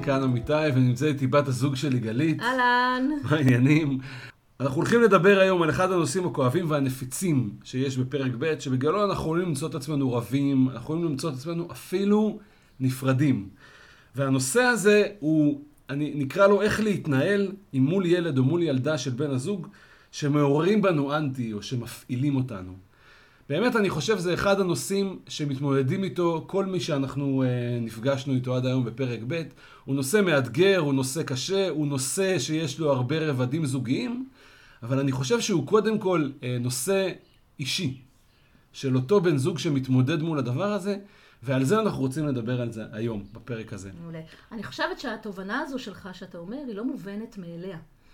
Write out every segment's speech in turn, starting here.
כאן אמיתי, ונמצא איתי בת הזוג שלי גלית. אהלן. מה העניינים? אנחנו הולכים לדבר היום על אחד הנושאים הכואבים והנפיצים שיש בפרק ב', שבגללו אנחנו יכולים למצוא את עצמנו רבים, אנחנו יכולים למצוא את עצמנו אפילו נפרדים. והנושא הזה הוא, נקרא לו איך להתנהל עם מול ילד או מול ילדה של בן הזוג, שמעוררים בנו אנטי או שמפעילים אותנו. באמת אני חושב זה אחד הנושאים שמתמודדים איתו כל מי שאנחנו נפגשנו איתו עד היום בפרק ב'. הוא נושא מאתגר, הוא נושא קשה, הוא נושא שיש לו הרבה רבדים זוגיים, אבל אני חושב שהוא קודם כל נושא אישי של אותו בן זוג שמתמודד מול הדבר הזה, ועל זה אנחנו רוצים לדבר על זה היום בפרק הזה. מעולה. אני חושבת שהתובנה הזו שלך שאתה אומר היא לא מובנת מאליה.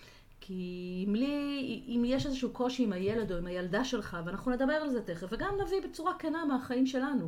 כי אם יש איזשהו קושי עם הילד או עם הילדה שלך, ואנחנו נדבר על זה תכף, וגם נביא בצורה כנה מהחיים שלנו.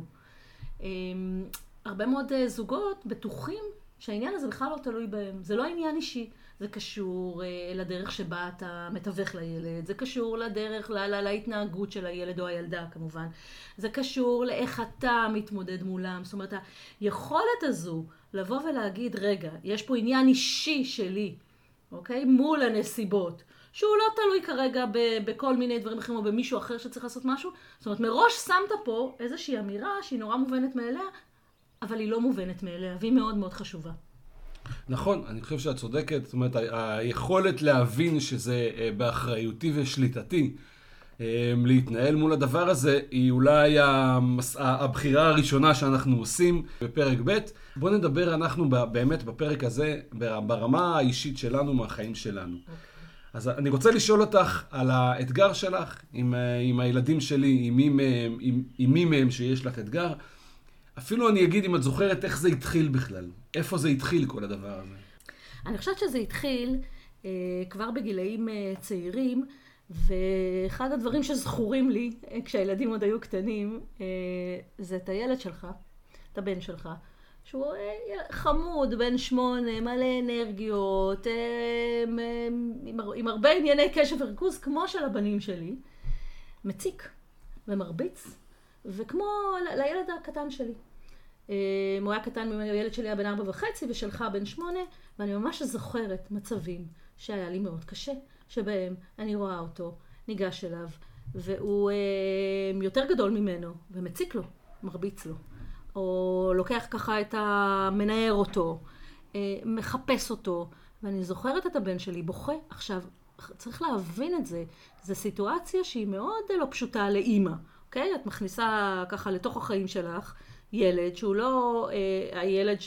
הרבה מאוד זוגות בטוחים שהעניין הזה בכלל לא תלוי בהם. זה לא עניין אישי, זה קשור לדרך שבה אתה מתווך לילד, זה קשור לדרך, להתנהגות של הילד או הילדה כמובן. זה קשור לאיך אתה מתמודד מולם. זאת אומרת, היכולת הזו לבוא ולהגיד, רגע, יש פה עניין אישי שלי, אוקיי? מול הנסיבות, שהוא לא תלוי כרגע בכל מיני דברים אחרים או במישהו אחר שצריך לעשות משהו. זאת אומרת, מראש שמת פה איזושהי אמירה שהיא נורא מובנת מאליה, אבל היא לא מובנת מאליה, והיא מאוד מאוד חשובה. נכון, אני חושב שאת צודקת. זאת אומרת, היכולת להבין שזה באחריותי ושליטתי, להתנהל מול הדבר הזה, היא אולי הבחירה הראשונה שאנחנו עושים בפרק ב'. בואו נדבר אנחנו באמת בפרק הזה, ברמה האישית שלנו, מהחיים שלנו. אז אני רוצה לשאול אותך על האתגר שלך עם הילדים שלי, עם מי מהם שיש לך אתגר. אפילו אני אגיד אם את זוכרת איך זה התחיל בכלל. איפה זה התחיל כל הדבר הזה? אני חושבת שזה התחיל כבר בגילאים צעירים, ואחד הדברים שזכורים לי כשהילדים עוד היו קטנים, זה את הילד שלך, את הבן שלך, שהוא חמוד, בן 8, מלא אנרגיות, עם הרבה ענייני קשב וריכוז, כמו של הבנים שלי, מציק ומרביץ, וכמו לילד הקטן שלי. הוא היה קטן, הילד שלי היה בן 4.5 ושלך בן 8, ואני ממש זוכרת מצבים שהיה לי מאוד קשה, שבהם אני רואה אותו, ניגש אליו, והוא יותר גדול ממנו, ומציק לו, מרביץ לו. או לוקח ככה את המנער אותו, מחפש אותו, ואני זוכרת את הבן שלי בוכה. עכשיו, צריך להבין את זה. זו סיטואציה שהיא מאוד לא פשוטה לאמא. אוקיי? את מכניסה ככה לתוך החיים שלך ילד שהוא לא הילד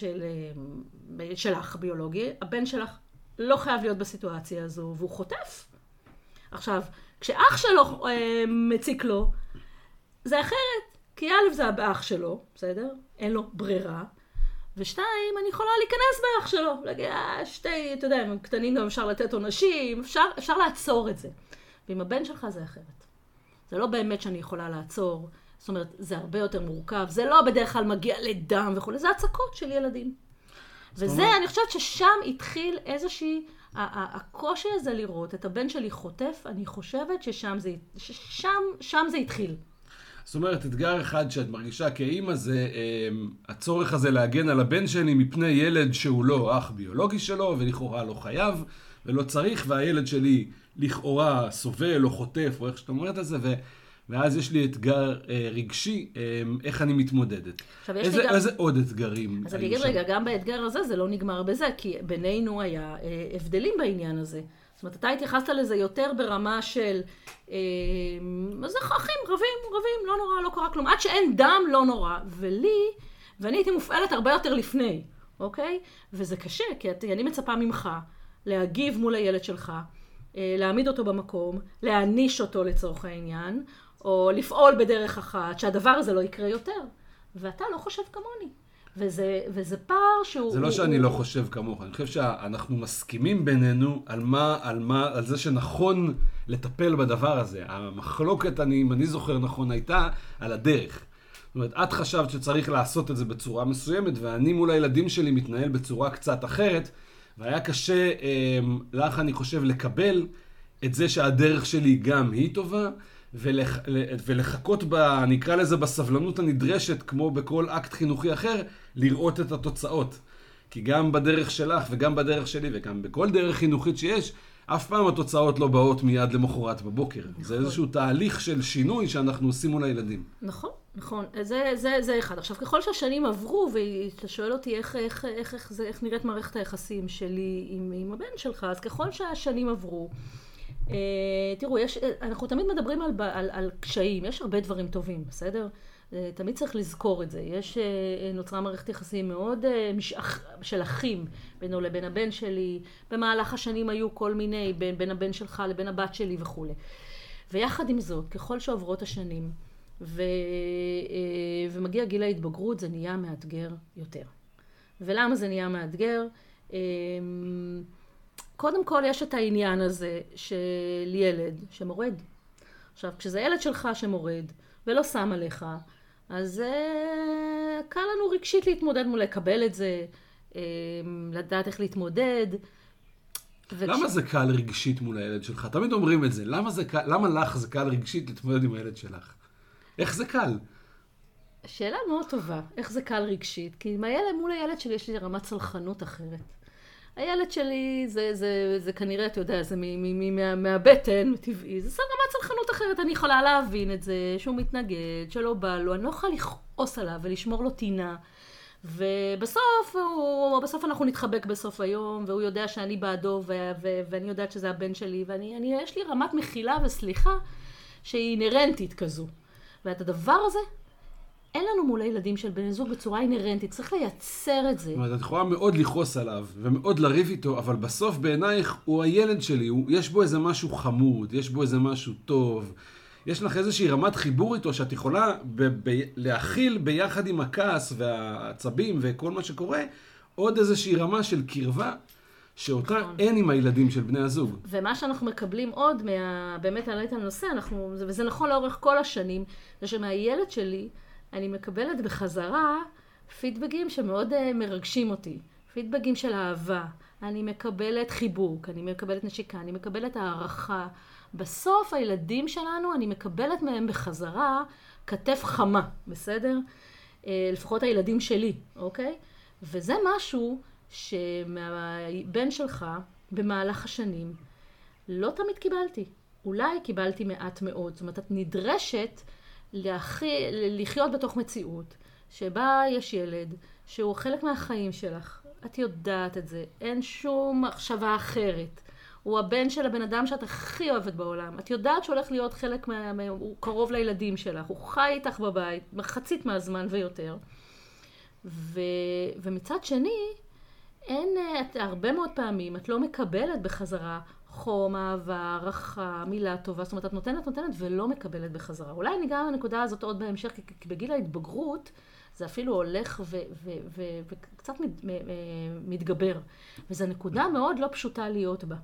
שלך ביולוגי, הבן שלך לא חייב להיות בסיטואציה הזו, והוא חוטף. עכשיו, כשאח שלו מציק לו, זה אחרת. כי א' זה האח שלו, בסדר? אין לו ברירה. ושתיים, אני יכולה להיכנס באח שלו. להגיד, שתי, אתה יודע, הם קטנים גם אפשר לתת עונשים, אפשר לעצור את זה. ועם הבן שלך זה אחרת. זה לא באמת שאני יכולה לעצור. זאת אומרת, זה הרבה יותר מורכב. זה לא בדרך כלל מגיע לדם וכו'. זה הצקות של ילדים. וזה, אני חושבת ששם התחיל איזושהי, הקושי הזה לראות את הבן שלי חוטף, אני חושבת ששם זה התחיל. זאת אומרת, אתגר אחד שאת מרגישה כאימא זה הצורך הזה להגן על הבן שלי מפני ילד שהוא לא אח ביולוגי שלו, ולכאורה לא חייב ולא צריך, והילד שלי לכאורה סובל או חוטף, או איך שאת אומרת את זה, ואז יש לי אתגר רגשי, איך אני מתמודדת. איזה עוד אתגרים? אז אני אגיד רגע, גם באתגר הזה זה לא נגמר בזה, כי בינינו היה הבדלים בעניין הזה. זאת אומרת, אתה התייחסת לזה יותר ברמה של, אז אחים, רבים, לא נורא, לא קרה כלום. עד שאין דם, לא נורא. ואני הייתי מופעלת הרבה יותר לפני, אוקיי? וזה קשה, כי אני מצפה ממך להגיב מול הילד שלך, להעמיד אותו במקום, להעניש אותו לצורך העניין, או לפעול בדרך אחת, שהדבר הזה לא יקרה יותר. ואתה לא חושב כמוני. וזה פער שהוא... זה לא שאני לא חושב כמוך, אני חושב שאנחנו מסכימים בינינו על זה שנכון לטפל בדבר הזה. המחלוקת, אם אני זוכר נכון, הייתה על הדרך. זאת אומרת, את חשבת שצריך לעשות את זה בצורה מסוימת, ואני מול הילדים שלי מתנהל בצורה קצת אחרת, והיה קשה לך, אני חושב, לקבל את זה שהדרך שלי גם היא טובה, ולחכות נקרא לזה בסבלנות הנדרשת, כמו בכל אקט חינוכי אחר, לראות את התוצאות. כי גם בדרך שלך וגם בדרך שלי וגם בכל דרך חינוכית שיש, אף פעם התוצאות לא באות מיד למחרת בבוקר. נכון. זה איזשהו תהליך של שינוי שאנחנו עושים מול הילדים. נכון, נכון. זה אחד. עכשיו, ככל שהשנים עברו, ואתה שואל אותי איך נראית מערכת היחסים שלי עם הבן שלך, אז ככל שהשנים עברו, תראו, אנחנו תמיד מדברים על קשיים, יש הרבה דברים טובים, בסדר? תמיד צריך לזכור את זה. נוצרה מערכת יחסים מאוד של אחים בינו לבין הבן שלי. במהלך השנים היו כל מיני, בין הבן שלך לבין הבת שלי וכו'. ויחד עם זאת, ככל שעוברות השנים, ומגיע גיל ההתבגרות, זה נהיה מאתגר יותר. ולמה זה נהיה מאתגר? קודם כל יש את העניין הזה של ילד שמורד. עכשיו, כשזה ילד שלך שמורד ולא שם עליך, אז קל לנו רגשית להתמודד מול לקבל את זה, לדעת איך להתמודד. למה זה קל רגשית מול הילד שלך? תמיד אומרים את זה. למה לך זה קל רגשית להתמודד עם הילד שלך? איך זה קל? שאלה מאוד טובה. איך זה קל רגשית? כי מול הילד שלי יש לי רמת צלחנות אחרת. הילד שלי זה כנראה, אתה יודע, זה מהבטן, טבעי. זה רמת צלחנות אחרת. אני יכולה להבין את זה, שהוא מתנגד, שלא בא לו. אני לא יכולה לכעוס עליו ולשמור לו טינה. ובסוף אנחנו נתחבק בסוף היום, והוא יודע שאני בעדו, ואני יודעת שזה הבן שלי, יש לי רמת מחילה וסליחה שהיא אינרנטית כזו. ואת הדבר הזה, אין לנו מול הילדים של בן זוג בצורה אינרנטית, צריך לייצר את זה. זאת אומרת, את יכולה מאוד לכעוס עליו, ומאוד לריב איתו, אבל בסוף בעינייך הוא הילד שלי, יש בו איזה משהו חמוד, יש בו איזה משהו טוב, יש לך איזושהי רמת חיבור איתו, שאת יכולה להכיל ביחד עם הכעס והעצבים וכל מה שקורה, עוד איזושהי רמה של קרבה, שאותה אין עם הילדים של בני הזוג. ומה שאנחנו מקבלים עוד, באמת עלה את הנושא, וזה נכון לאורך כל השנים, זה שמהילד שלי, אני מקבלת בחזרה פידבקים שמאוד מרגשים אותי. פידבקים של אהבה. אני מקבלת חיבוק, אני מקבלת נשיקה, אני מקבלת הערכה. בסוף הילדים שלנו, אני מקבלת מהם בחזרה כתף חמה, בסדר? לפחות הילדים שלי, אוקיי? וזה משהו שמהבן שלך במהלך השנים לא תמיד קיבלתי. אולי קיבלתי מעט מאוד. זאת אומרת, את נדרשת לחיות בתוך מציאות שבה יש ילד שהוא חלק מהחיים שלך. את יודעת את זה. אין שום מחשבה אחרת. הוא הבן של הבן אדם שאת הכי אוהבת בעולם. את יודעת שהוא הולך להיות חלק הוא קרוב לילדים שלך. הוא חי איתך בבית, מחצית מהזמן ויותר. ומצד שני, הרבה מאוד פעמים את לא מקבלת בחזרה חום, אהבה, הערכה, מילה טובה. זאת אומרת, את נותנת ולא מקבלת בחזרה. אולי ניגע הנקודה הזאת עוד בהמשך, כי בגיל ההתבגרות זה אפילו הולך וקצת מתגבר. וזו נקודה מאוד לא פשוטה להיות בה.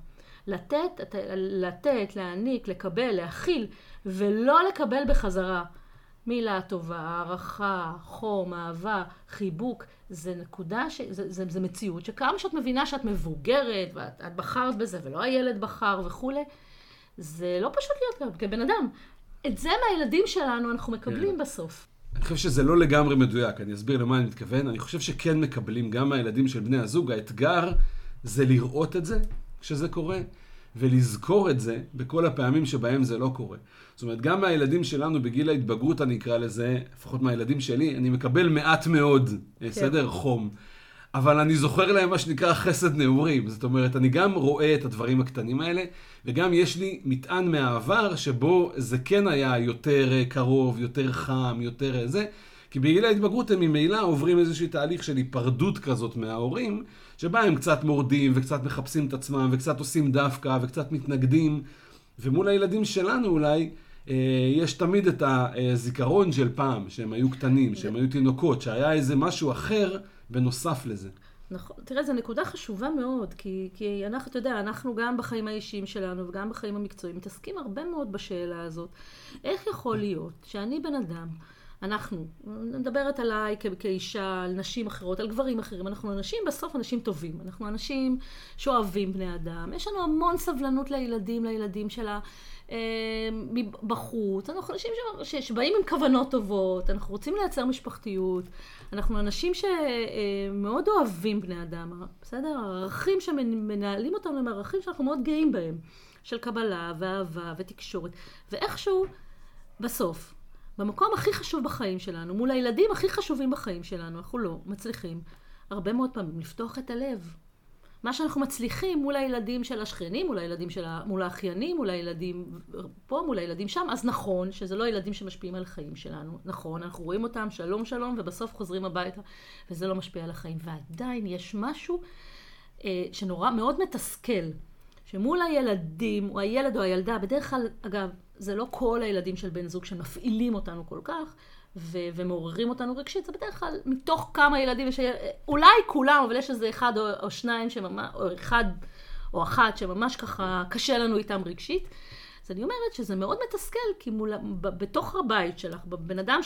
לתת, להעניק, לקבל, להכיל, ולא לקבל בחזרה. מילה טובה, הערכה, חום, אהבה, חיבוק, זה נקודה, זה מציאות שכמה שאת מבינה שאת מבוגרת, ואת בחרת בזה, ולא הילד בחר וכו', זה לא פשוט להיות כבן אדם. את זה מהילדים שלנו אנחנו מקבלים בסוף. אני חושב שזה לא לגמרי מדויק, אני אסביר למה אני מתכוון. אני חושב שכן מקבלים גם מהילדים של בני הזוג. האתגר זה לראות את זה כשזה קורה, ולזכור את זה בכל הפעמים שבהם זה לא קורה. זאת אומרת, גם מהילדים שלנו בגיל ההתבגרות, אני אקרא לזה, לפחות מהילדים שלי, אני מקבל מעט מאוד, סדר חום. אבל אני זוכר להם מה שנקרא חסד נעורים. זאת אומרת, אני גם רואה את הדברים הקטנים האלה, וגם יש לי מטען מהעבר שבו זה כן היה יותר קרוב, יותר חם, יותר זה. כי בגיל ההתבגרות הם ממילא עוברים איזושהי תהליך של היפרדות כזאת מההורים, שבה הם קצת מורדים וקצת מחפשים את עצמם וקצת עושים דווקא וקצת מתנגדים. ומול הילדים שלנו אולי יש תמיד את הזיכרון של פעם, שהם היו קטנים, שהם היו תינוקות, שהיה איזה משהו אחר בנוסף לזה. נכון, תראה, זו נקודה חשובה מאוד, כי אנחנו, אתה יודע, אנחנו גם בחיים האישיים שלנו וגם בחיים המקצועיים מתעסקים הרבה מאוד בשאלה הזאת. איך יכול להיות שאני בן אדם, אנחנו, מדברת עליי כאישה, על נשים אחרות, על גברים אחרים, אנחנו אנשים, בסוף אנשים טובים, אנחנו אנשים שאוהבים בני אדם, יש לנו המון סבלנות לילדים שלה, בחוץ, אנחנו אנשים שבאים עם כוונות טובות, אנחנו רוצים לייצר משפחתיות, אנחנו אנשים שמאוד אוהבים בני אדם, בסדר? הערכים שמנהלים אותנו הם ערכים שאנחנו מאוד גאים בהם, של קבלה ואהבה ותקשורת, ואיכשהו בסוף, במקום הכי חשוב בחיים שלנו, מול הילדים הכי חשובים בחיים שלנו, אנחנו לא מצליחים הרבה מאוד פעמים לפתוח את הלב. מה שאנחנו מצליחים מול הילדים של השכנים, מול האחיינים, מול הילדים פה, מול הילדים שם, אז נכון שזה לא ילדים שמשפיעים על החיים שלנו. נכון, אנחנו רואים אותם שלום שלום ובסוף חוזרים הביתה וזה לא משפיע על החיים. ועדיין יש משהו שנורא מאוד מתסכל, שמול הילדים, או הילד או הילדה, בדרך כלל, אגב, זה לא כל הילדים של בן זוג שמפעילים אותנו כל כך, ומעוררים אותנו רגשית, זה בדרך כלל מתוך כמה ילדים, אולי כולם, אבל יש איזה אחד או שניים, או אחד או אחת שממש ככה קשה לנו איתם רגשית. אז אני אומרת שזה מאוד מתסכל, כי בתוך הבית שלך, בבן אדם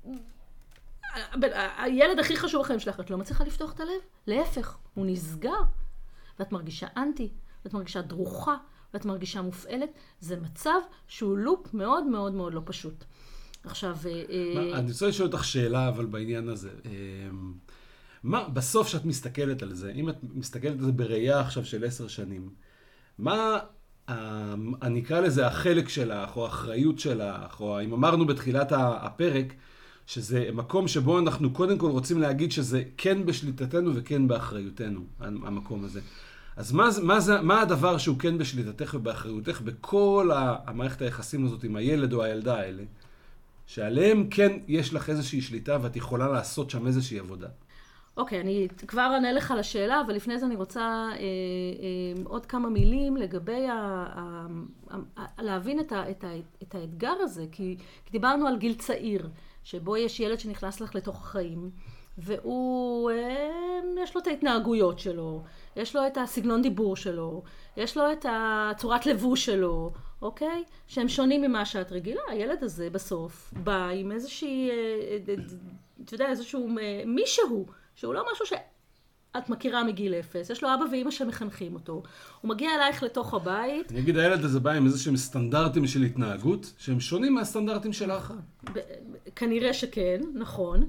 הילד הכי חשוב בחיים שלך, את לא מצליחה לפתוח את הלב, להפך, הוא נסגר, ואת מרגישה אנטי, ואת מרגישה דרוכה, ואת מרגישה מופעלת, זה מצב שהוא לופ מאוד מאוד מאוד לא פשוט. עכשיו... אני רוצה לשאול אותך שאלה, אבל בעניין הזה. בסוף שאת מסתכלת על זה, אם את מסתכלת על זה בראייה עכשיו של 10 שנים, מה, אני אקרא לזה החלק שלך, או האחריות שלך, או אם אמרנו בתחילת הפרק, שזה מקום שבו אנחנו קודם כל רוצים להגיד שזה כן בשליטתנו וכן באחריותנו, המקום הזה. אז מה הדבר שהוא כן בשליטתך ובאחריותך בכל המערכת היחסים הזאת עם הילד או הילדה האלה, שעליהם כן יש לך איזושהי שליטה ואת יכולה לעשות שם איזושהי עבודה? אוקיי, אני כבר אענה לך לשאלה, אבל לפני זה אני רוצה עוד כמה מילים לגבי להבין את האתגר הזה, כי דיברנו על גיל צעיר, שבו יש ילד שנכנס לך לתוך החיים, והוא, יש לו את ההתנהגויות שלו, יש לו את הסגנון דיבור שלו, יש לו את הצורת לבוש שלו, אוקיי? שהם שונים ממה שאת רגילה. הילד הזה בסוף בא עם איזושהי, אתה יודע, איזשהו מישהו, שהוא לא משהו שאת מכירה מגיל 0. יש לו אבא ואמא שמחנכים אותו. הוא מגיע אלייך לתוך הבית. אני אגיד, הילד הזה בא עם איזשהם סטנדרטים של התנהגות, שהם שונים מהסטנדרטים שלך. כנראה שכן, נכון.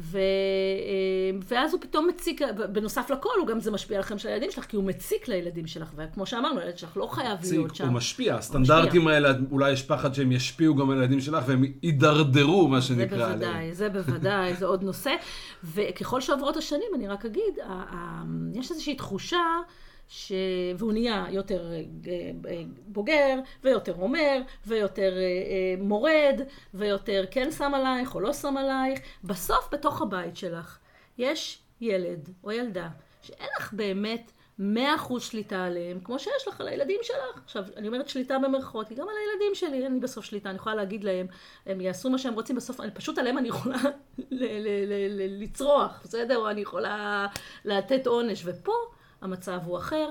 ואז הוא פתאום מציק, בנוסף לכל, הוא גם זה משפיע עליכם של הילדים שלך, כי הוא מציק לילדים שלך, וכמו שאמרנו, הילד שלך לא חייב להיות שם. הוא משפיע, הסטנדרטים האלה, אולי יש פחד שהם ישפיעו גם על הילדים שלך, והם יידרדרו, מה שנקרא עליהם. זה בוודאי, זה עוד נושא. וככל שעברות השנים, אני רק אגיד, יש איזושהי תחושה, והוא נהיה יותר בוגר, ויותר אומר, ויותר מורד, ויותר כן שם עלייך או לא שם עלייך. בסוף, בתוך הבית שלך, יש ילד או ילדה, שאין לך באמת 100% שליטה עליהם, כמו שיש לך על הילדים שלך. עכשיו, אני אומרת שליטה במרכאות, כי גם על הילדים שלי אין לי בסוף שליטה, אני יכולה להגיד להם, הם יעשו מה שהם רוצים בסוף, פשוט עליהם אני יכולה לצרוח, בסדר? או אני יכולה לתת עונש, ופה המצב הוא אחר,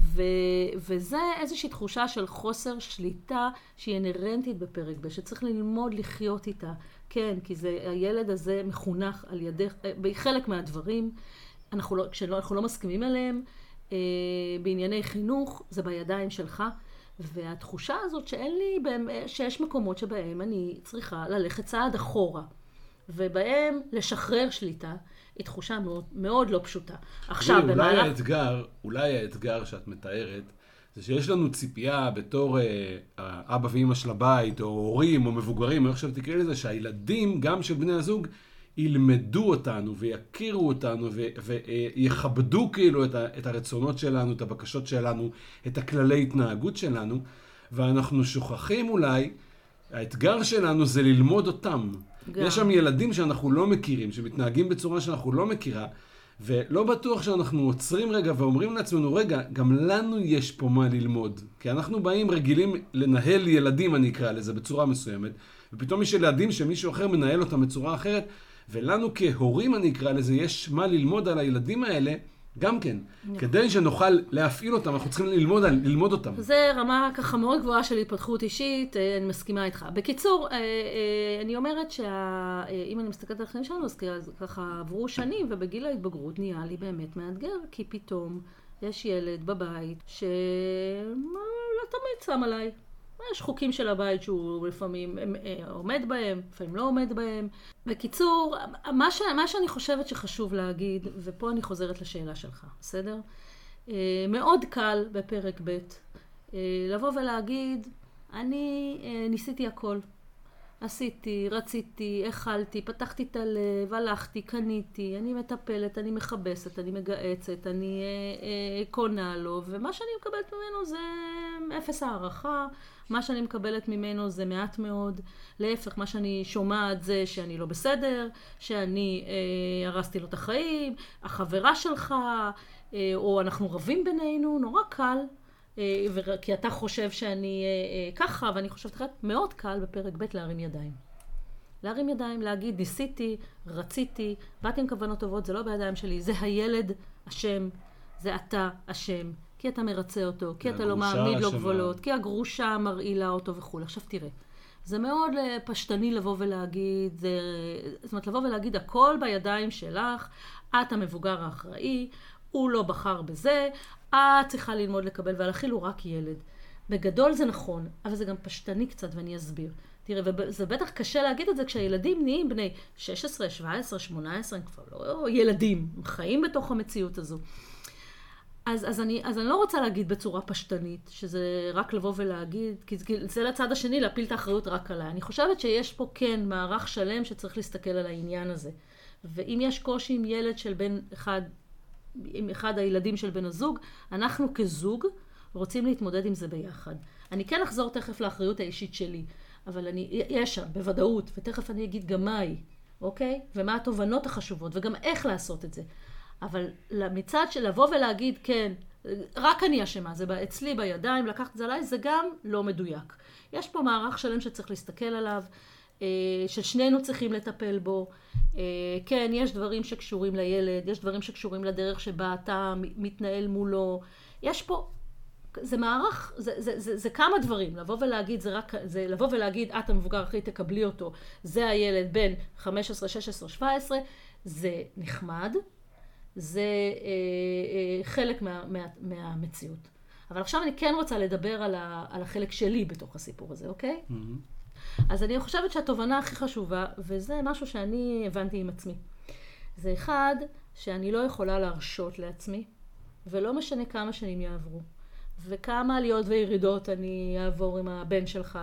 וזה איזושהי תחושה של חוסר שליטה שהיא אינרנטית בפרק ב', שצריך ללמוד לחיות איתה. כן, כי הילד הזה מחונך על ידך, בחלק מהדברים, כשאנחנו לא מסכימים עליהם, בענייני חינוך, זה בידיים שלך, והתחושה הזאת שיש מקומות שבהם אני צריכה ללכת צעד אחורה, ובהם לשחרר שליטה, היא תחושה מאוד, מאוד לא פשוטה. עכשיו, אולי האתגר שאת מתארת, זה שיש לנו ציפייה בתור אבא ואמא של הבית, או הורים, או מבוגרים, או איך שאתה תקרא לזה, שהילדים, גם של בני הזוג, ילמדו אותנו, ויכירו אותנו, ויכבדו כאילו את הרצונות שלנו, את הבקשות שלנו, את הכללי התנהגות שלנו, ואנחנו שוכחים אולי, האתגר שלנו זה ללמוד אותם. יש שם ילדים שאנחנו לא מכירים, שמתנהגים בצורה שאנחנו לא מכירה, ולא בטוח שאנחנו עוצרים רגע ואומרים לעצמנו, רגע, גם לנו יש פה מה ללמוד. כי אנחנו באים רגילים לנהל ילדים, אני אקרא לזה, בצורה מסוימת, ופתאום יש ילדים שמישהו אחר מנהל אותם בצורה אחרת, ולנו כהורים, אני אקרא לזה, יש מה ללמוד על הילדים האלה, גם כן. כדי שנוכל להפעיל אותם, אנחנו צריכים ללמוד אותם. זה רמה ככה מאוד גבוהה של התפתחות אישית, אני מסכימה איתך. בקיצור, אני אומרת שאם אני מסתכלת על החיים שלנו, אז ככה עברו שנים, ובגיל ההתבגרות נהיה לי באמת מאתגר, כי פתאום יש ילד בבית שלא תמיד שם עליי. יש חוקים של הבית שהוא לפעמים עומד בהם, לפעמים לא עומד בהם. בקיצור, מה שאני חושבת שחשוב להגיד, ופה אני חוזרת לשאלה שלך, בסדר? מאוד קל בפרק ב' לבוא ולהגיד, אני ניסיתי הכל. עשיתי, רציתי, אכלתי, פתחתי את הלב, הלכתי, קניתי, אני מטפלת, אני מחבסת, אני מגעצת, אני קונה לו, ומה שאני מקבלת ממנו זה אפס הערכה, מה שאני מקבלת ממנו זה מעט מאוד, להפך, מה שאני שומעת זה שאני לא בסדר, שאני הרסתי לו את החיים, החברה שלך, או אנחנו רבים בינינו, נורא קל, כי אתה חושב שאני ככה, ואני חושבת אחרת, מאוד קל בפרק ב' להרים ידיים. להרים ידיים, להגיד, ניסיתי, רציתי, באתי עם כוונות טובות, זה לא בידיים שלי, זה הילד אשם, זה אתה אשם, כי אתה מרצה אותו, כי אתה לא מעמיד לו גבולות, כי הגרושה מרעילה אותו וכו'. עכשיו תראה, זה מאוד פשטני לבוא ולהגיד, זאת אומרת, לבוא ולהגיד, הכל בידיים שלך, את המבוגר האחראי, הוא לא בחר בזה, את צריכה ללמוד לקבל, והלכיל הוא רק ילד. בגדול זה נכון, אבל זה גם פשטני קצת, ואני אסביר. תראה, וזה בטח קשה להגיד את זה כשהילדים נהיים בני 16, 17, 18, הם כבר לא ילדים, הם חיים בתוך המציאות הזו. אז אני לא רוצה להגיד בצורה פשטנית, שזה רק לבוא ולהגיד, כי זה לצד השני להפיל את האחריות רק עליי. אני חושבת שיש פה כן מערך שלם שצריך להסתכל על העניין הזה. ואם יש קושי עם ילד של בן אחד, עם אחד הילדים של בן הזוג, אנחנו כזוג רוצים להתמודד עם זה ביחד. אני כן אחזור תכף לאחריות האישית שלי, אבל יש שם בוודאות, ותכף אני אגיד גם מה היא, אוקיי? ומה התובנות החשובות, וגם איך לעשות את זה. אבל מצד של לבוא ולהגיד, כן, רק אני אשמה, זה אצלי בידיים, לקחת את זה עליי, זה גם לא מדויק. יש פה מערך שלם שצריך להסתכל עליו, ששנינו צריכים לטפל בו. כן, יש דברים שקשורים לילד, יש דברים שקשורים לדרך שבה אתה מתנהל מולו. יש פה, זה מערך, זה כמה דברים. לבוא ולהגיד, לבוא ולהגיד, את המבוגר הכי תקבלי אותו, זה הילד בין 15, 16, 17, זה נחמד. זה חלק מהמציאות. אבל עכשיו אני כן רוצה לדבר על החלק שלי בתוך הסיפור הזה, אוקיי? אז אני חושבת שהתובנה הכי חשובה, וזה משהו שאני הבנתי עם עצמי, זה אחד, שאני לא יכולה להרשות לעצמי, ולא משנה כמה שנים יעברו, וכמה עליות וירידות אני אעבור עם הבן שלך,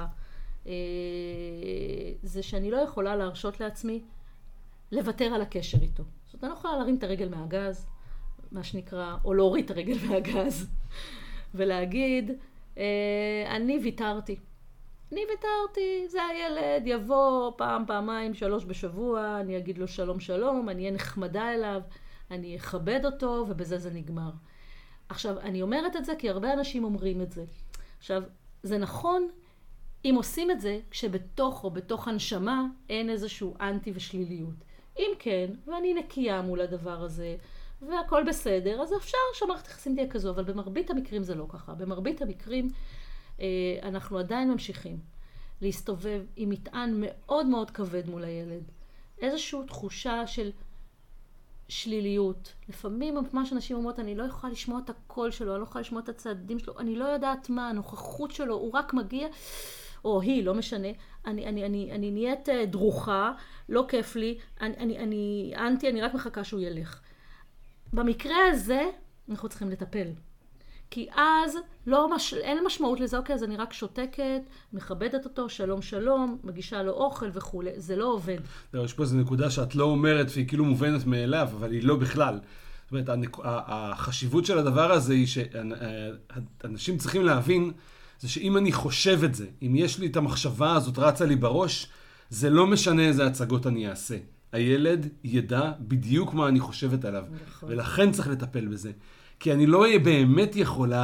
זה שאני לא יכולה להרשות לעצמי לוותר על הקשר איתו. זאת אומרת, אני לא יכולה להרים את הרגל מהגז, מה שנקרא, או להוריד את הרגל מהגז, ולהגיד, אני ויתרתי. אני ויתרתי, זה הילד, יבוא פעם, פעמיים, 3 בשבוע, אני אגיד לו שלום שלום, אני אהיה נחמדה אליו, אני אכבד אותו, ובזה זה נגמר. עכשיו, אני אומרת את זה כי הרבה אנשים אומרים את זה. עכשיו, זה נכון אם עושים את זה כשבתוך או בתוך הנשמה אין איזשהו אנטי ושליליות. אם כן, ואני נקייה מול הדבר הזה, והכל בסדר, אז אפשר שהמערכת יחסים תהיה כזו, אבל במרבית המקרים זה לא ככה. במרבית המקרים אנחנו עדיין ממשיכים להסתובב עם מטען מאוד מאוד כבד מול הילד. איזושהי תחושה של שליליות. לפעמים מה שאנשים אומרות, אני לא יכולה לשמוע את הקול שלו, אני לא יכולה לשמוע את הצעדים שלו, אני לא יודעת מה, הנוכחות שלו, הוא רק מגיע, או היא, לא משנה, אני נהיית דרוכה, לא כיף לי, אני רק מחכה שהוא ילך. במקרה הזה, אנחנו צריכים לטפל. כי אז אין משמעות לזה, אוקיי, אז אני רק שותקת, מכבדת אותו, שלום שלום, מגישה לו אוכל וכו'. זה לא עובד. יש פה איזו נקודה שאת לא אומרת, והיא כאילו מובנת מאליו, אבל היא לא בכלל. זאת אומרת, החשיבות של הדבר הזה היא שאנשים צריכים להבין, זה שאם אני חושב את זה, אם יש לי את המחשבה הזאת רצה לי בראש, זה לא משנה איזה הצגות אני אעשה. הילד ידע בדיוק מה אני חושבת עליו, ולכן צריך לטפל בזה. כי אני לא באמת יכולה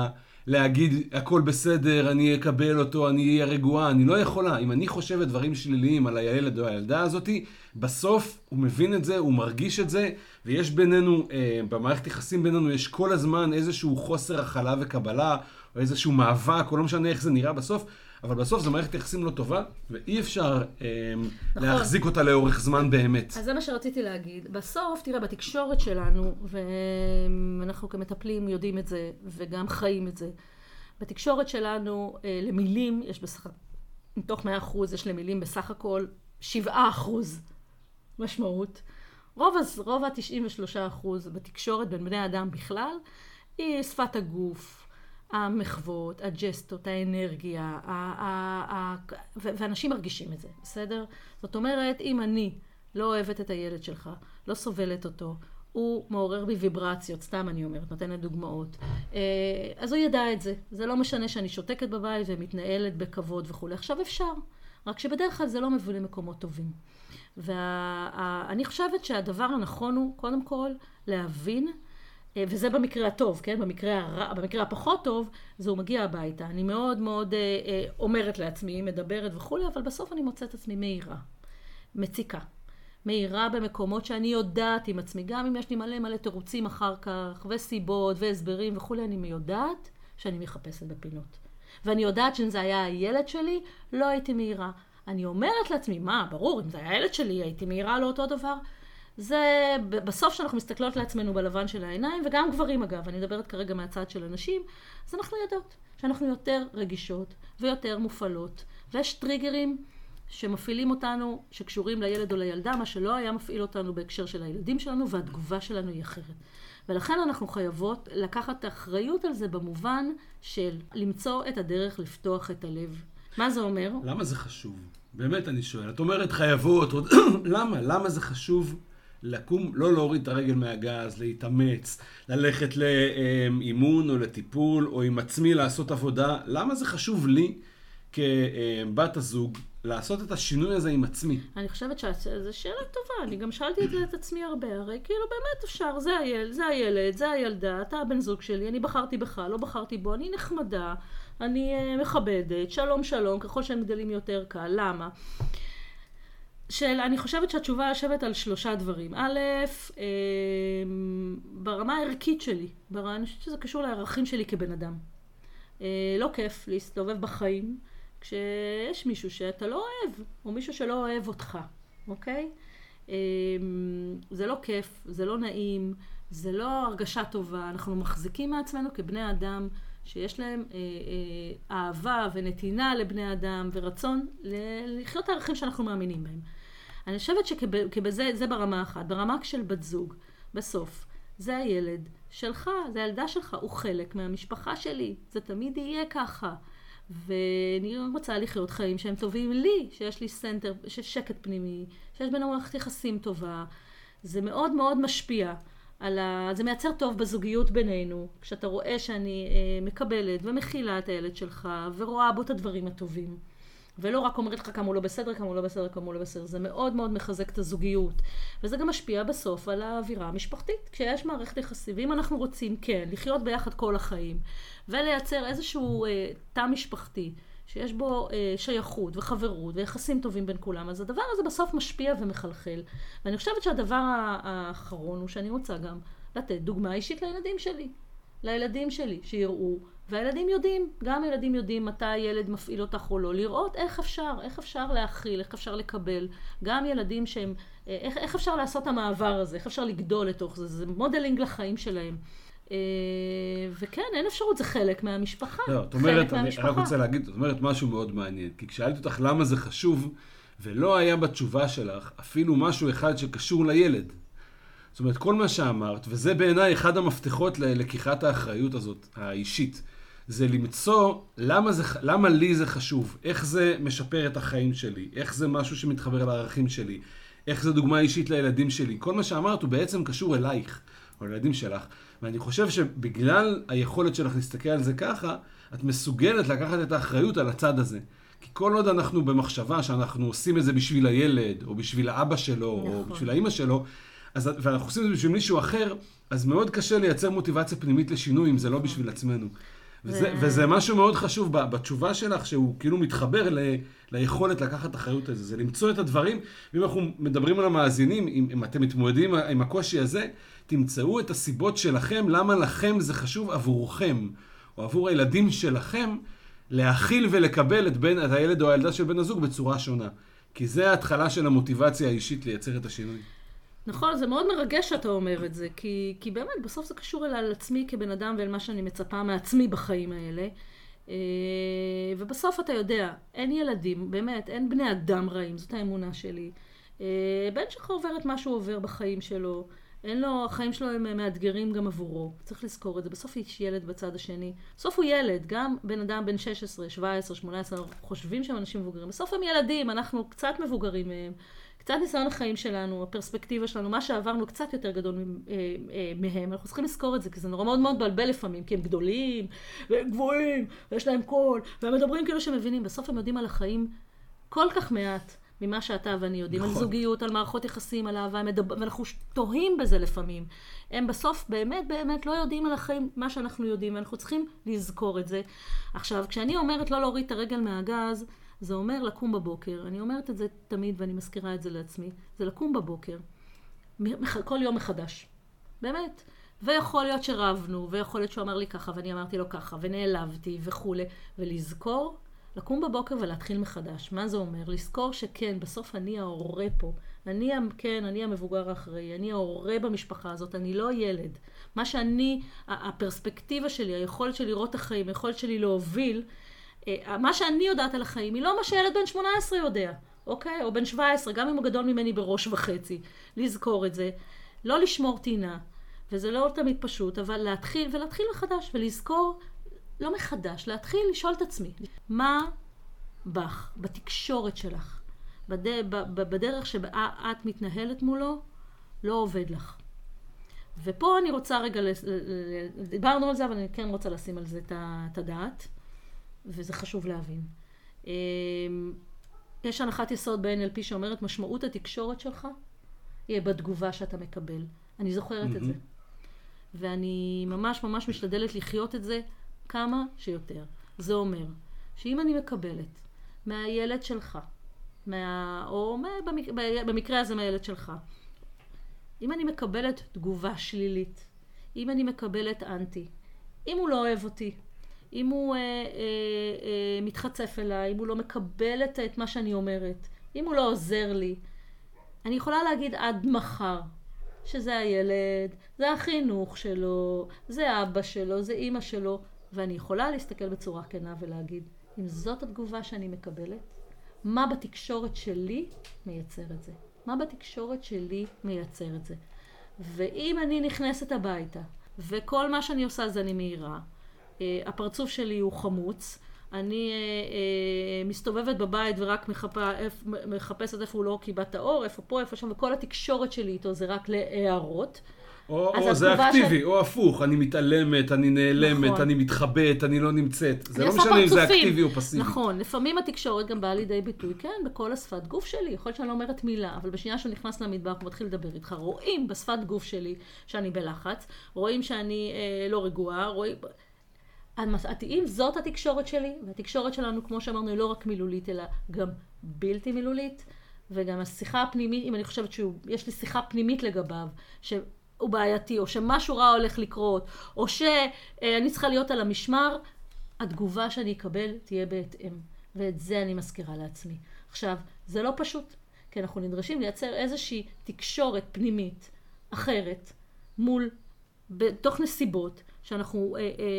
להגיד הכל בסדר, אני אקבל אותו, אני אהיה רגועה, אני לא יכולה. אם אני חושב דברים שליליים על הילד או הילדה הזאת, בסוף הוא מבין את זה, הוא מרגיש את זה, ויש בינינו, במערכת יחסים בינינו, יש כל הזמן איזשהו חוסר הכלה וקבלה, או איזשהו מאבק, או לא משנה איך זה נראה בסוף, אבל בסוף זו מערכת יחסים לא טובה, ואי אפשר להחזיק אותה לאורך זמן באמת. אז זה מה שרציתי להגיד. בסוף, תראה, בתקשורת שלנו, ואנחנו כמטפלים יודעים את זה, וגם חיים את זה, בתקשורת שלנו, למילים, יש מתוך 100% יש למילים בסך הכל 7% משמעות. רוב ה-93% בתקשורת בין בני אדם בכלל, היא שפת הגוף, המחוות, הג'סטות, האנרגיה, ואנשים מרגישים את זה, בסדר? זאת אומרת, אם אני לא אוהבת את הילד שלך, לא סובלת אותו, הוא מעורר בי ויברציות, סתם אני אומרת, נותנת דוגמאות, אז הוא ידע את זה. זה לא משנה שאני שותקת בבית ומתנהלת בכבוד וכו'. עכשיו אפשר, רק שבדרך כלל זה לא מביא למקומות טובים. ואני חושבת שהדבר הנכון הוא, קודם כל, להבין, וזה במקרה הטוב, כן? במקרה הפחות טוב, זה הוא מגיע הביתה. אני מאוד מאוד אומרת לעצמי, מדברת וכו', אבל בסוף אני מוצאת עצמי מהירה, מציקה. מהירה במקומות שאני יודעת עם עצמי, גם אם יש לי מלא תירוצים אחר כך, וסיבות והסברים וכו', אני יודעת שאני מחפשת בפינות. ואני יודעת שאם זה היה הילד שלי, לא הייתי מהירה. אני אומרת לעצמי, מה, ברור, אם זה היה הילד שלי, הייתי מהירה לאותו דבר. זה בסוף שאנחנו מסתכלות לעצמנו בלבן של העיניים, וגם גברים אגב, אני מדברת כרגע מהצד של אנשים, אז אנחנו יודעות שאנחנו יותר רגישות ויותר מופעלות, ויש טריגרים שמפעילים אותנו, שקשורים לילד או לילדה, מה שלא היה מפעיל אותנו בהקשר של הילדים שלנו, והתגובה שלנו היא אחרת. ולכן אנחנו חייבות לקחת אחריות על זה במובן של למצוא את הדרך לפתוח את הלב. מה זה אומר? למה זה חשוב? באמת אני שואל. את אומרת חייבות, למה? למה זה חשוב לקום, לא להוריד את הרגל מהגז, להתאמץ, ללכת לאימון או לטיפול, או עם עצמי לעשות עבודה? למה זה חשוב לי כבת הזוג לעשות את השינוי הזה עם עצמי? אני חושבת שזו שאלה טובה, אני גם שאלתי את זה את עצמי הרבה, הרי כאילו באמת אפשר, זה הילד, זה הילדה, אתה הבן זוג שלי, אני בחרתי בך, לא בחרתי בו, אני נחמדה, אני מכבדת, שלום שלום, ככל שהם גדלים יותר קל, למה? אני חושבת שהתשובה יושבת על 3 דברים. א', ברמה הערכית שלי, אני חושבת שזה קשור לערכים שלי כבן אדם. לא כיף להסתובב בחיים כשיש מישהו שאתה לא אוהב, או מישהו שלא אוהב אותך, אוקיי? זה לא כיף, זה לא נעים, זה לא הרגשה טובה. אנחנו מחזיקים מעצמנו כבני אדם שיש להם אהבה ונתינה לבני אדם ורצון לחיות את הערכים שאנחנו מאמינים בהם. אני חושבת שבזה, זה ברמה אחת. ברמה של בת זוג, בסוף, זה הילד שלך, זה הילדה שלך, הוא חלק מהמשפחה שלי. זה תמיד יהיה ככה. ואני רוצה לחיות חיים שהם טובים לי, שיש לי סנטר, שיש שקט פנימי, שיש בינינו מערכת יחסים טובה. זה מאוד מאוד משפיע. זה מייצר טוב בזוגיות בינינו, כשאתה רואה שאני מקבלת ומכילה את הילד שלך, ורואה בו את הדברים הטובים. ולא רק אומרת לך כמה הוא לא בסדר, כמה הוא לא בסדר, כמה הוא לא בסדר. זה מאוד מאוד מחזק את הזוגיות. וזה גם משפיע בסוף על האווירה המשפחתית. כשיש מערכת יחסים, ואם אנחנו רוצים, כן, לחיות ביחד כל החיים, ולייצר איזשהו תא משפחתי, שיש בו שייכות וחברות ויחסים טובים בין כולם, אז הדבר הזה בסוף משפיע ומחלחל. ואני חושבת שהדבר האחרון הוא שאני רוצה גם לתת דוגמה אישית לילדים שלי, שיראו, והילדים יודעים, גם ילדים יודעים מתי הילד מפעיל אותך או לא, לראות איך אפשר להכיל, איך אפשר לקבל, גם ילדים שהם, איך אפשר לעשות המעבר הזה, איך אפשר לגדול לתוך זה, זה מודלינג לחיים שלהם. וכן, אין אפשרות, זה חלק מהמשפחה. לא, את אומרת, אני רק רוצה להגיד, את אומרת משהו מאוד מעניין, כי כשאלתי אותך למה זה חשוב, ולא היה בתשובה שלך אפילו משהו אחד שקשור לילד. זאת אומרת, כל מה שאמרת, וזה בעיניי אחד המפתחות ללקיחת האחריות הזאת, האישית, זה למצוא למה לי זה חשוב, איך זה משפר את החיים שלי, איך זה משהו שמתחבר לערכים שלי, איך זה דוגמה אישית לילדים שלי. כל מה שאמרת הוא בעצם קשור אלייך, או לילדים שלך. ואני חושב שבגלל היכולת שלך להסתכל על זה ככה, את מסוגלת לקחת את האחריות על הצד הזה. כי כל עוד אנחנו במחשבה שאנחנו עושים את זה בשביל הילד, או בשביל האבא שלו, נכון. או בשביל האמא שלו, ואנחנו עושים את זה בשביל מישהו אחר, אז מאוד קשה לייצר מוטיבציה פנימית לשינוי אם זה לא בשביל עצמנו. וזה משהו מאוד חשוב בתשובה שלך, שהוא כאילו מתחבר ליכולת לקחת אחריות על זה. זה למצוא את הדברים, ואם אנחנו מדברים על המאזינים, אם אתם מתמודדים עם הקושי הזה, תמצאו את הסיבות שלכם, למה לכם זה חשוב עבורכם, או עבור הילדים שלכם, להכיל ולקבל את הילד או הילדה של בן הזוג בצורה שונה. כי זה ההתחלה של המוטיבציה האישית לייצר את השינוי. נכון, זה מאוד מרגש שאתה אומר את זה, כי באמת בסוף זה קשור אל עצמי כבן אדם ואל מה שאני מצפה מעצמי בחיים האלה. ובסוף אתה יודע, אין ילדים, באמת, אין בני אדם רעים, זאת האמונה שלי. בן שלך עובר את מה שהוא עובר בחיים שלו, אין לו, החיים שלו הם מאתגרים גם עבורו. צריך לזכור את זה. בסוף יש ילד בצד השני. בסוף הוא ילד, גם בן אדם בן 16, 17, 18, חושבים שהם אנשים מבוגרים. בסוף הם ילדים, אנחנו קצת מבוגרים מהם. קצת ניסיון החיים שלנו, הפרספקטיבה שלנו, מה שעברנו קצת יותר גדול מהם. אנחנו צריכים לזכור את זה, כי זה נורא מאוד מאוד בלבל לפעמים, כי הם גדולים, והם גבוהים, ויש להם קול, והם מדברים כאילו שהם מבינים. בסוף הם יודעים על החיים כל כך מעט ממה שאתה ואני יודעים, נכון. על זוגיות, על מערכות יחסים, על אהבה, ואנחנו תוהים בזה לפעמים. הם בסוף באמת באמת לא יודעים על החיים מה שאנחנו יודעים, ואנחנו צריכים לזכור את זה. עכשיו, כשאני אומרת לא להוריד את הרגל מהגז, זה אומר לקום בבוקר. אני אומרת את זה תמיד ואני מזכירה את זה לעצמי. זה לקום בבוקר. כל יום מחדש. באמת. ויכול להיות שרבנו, ויכול להיות שהוא אמר לי ככה, ואני אמרתי לו ככה, ונעלבתי וכו'. ולזכור, לקום בבוקר ולהתחיל מחדש. מה זה אומר? לזכור שכן, בסוף אני ההורה פה. אני המבוגר האחראי, אני ההורה במשפחה הזאת, אני לא ילד. מה שאני, הפרספקטיבה שלי, היכולת שלי לראות החיים, היכולת שלי להוביל, מה שאני יודעת על החיים היא לא מה שילד בן 18 יודע, אוקיי? או בן 17, גם אם הוא גדול ממני בראש וחצי. לזכור את זה, לא לשמור טינה, וזה לא תמיד פשוט, אבל להתחיל מחדש, ולזכור, לא מחדש, להתחיל לשאול את עצמי, מה בך, בתקשורת שלך, בדרך שבה את מתנהלת מולו, לא עובד לך. ופה אני רוצה רגע, דיברנו על זה, אבל אני כן רוצה לשים על זה את הדעת. וזה חשוב להבין. יש הנחת יסוד ב-NLP שאומרת, משמעות התקשורת שלך יהיה בתגובה שאתה מקבל. אני זוכרת את זה. ואני ממש ממש משתדלת לחיות את זה כמה שיותר. זה אומר שאם אני מקבלת מהילד שלך, או במקרה הזה מהילד שלך, אם אני מקבלת תגובה שלילית, אם אני מקבלת אנטי, אם הוא לא אוהב אותי, אם הוא מתחצף אליי, אם הוא לא מקבל את מה שאני אומרת, אם הוא לא עוזר לי, אני יכולה להגיד עד מחר, שזה הילד, זה החינוך שלו, זה אבא שלו, זה אמא שלו, ואני יכולה להסתכל בצורה כנה ולהגיד, אם זאת התגובה שאני מקבלת, מה בתקשורת שלי מייצר את זה? מה בתקשורת שלי מייצר את זה? ואם אני נכנסת הביתה, וכל מה שאני עושה זה אני מהירה, הפרצוף שלי הוא חמוץ, אני מסתובבת בבית ורק מחפשת איפה הוא לא קיבל את האור, איפה פה, איפה שם, וכל התקשורת שלי איתו זה רק להערות. או זה אקטיבי, או הפוך, אני מתעלמת, אני נעלמת, אני מתחבאת, אני לא נמצאת. זה לא משנה אם זה אקטיבי או פסיבי. נכון, לפעמים התקשורת גם באה לידי ביטוי, כן, בכל השפת גוף שלי, יכול להיות שאני לא אומרת מילה, אבל בשנייה שהוא נכנס למטבח ומתחיל לדבר איתך, רואים בשפת גוף שלי שאני בלחץ, רואים שאני לא רגועה, רואים... אם זאת התקשורת שלי, והתקשורת שלנו, כמו שאמרנו, היא לא רק מילולית, אלא גם בלתי מילולית, וגם השיחה הפנימית, אם אני חושבת שיש לי שיחה פנימית לגביו, שהוא בעייתי, או שמשהו רע הולך לקרות, או שאני צריכה להיות על המשמר, התגובה שאני אקבל תהיה בהתאם. ואת זה אני מזכירה לעצמי. עכשיו, זה לא פשוט, כי אנחנו נדרשים לייצר איזושהי תקשורת פנימית אחרת, בתוך נסיבות, שאנחנו,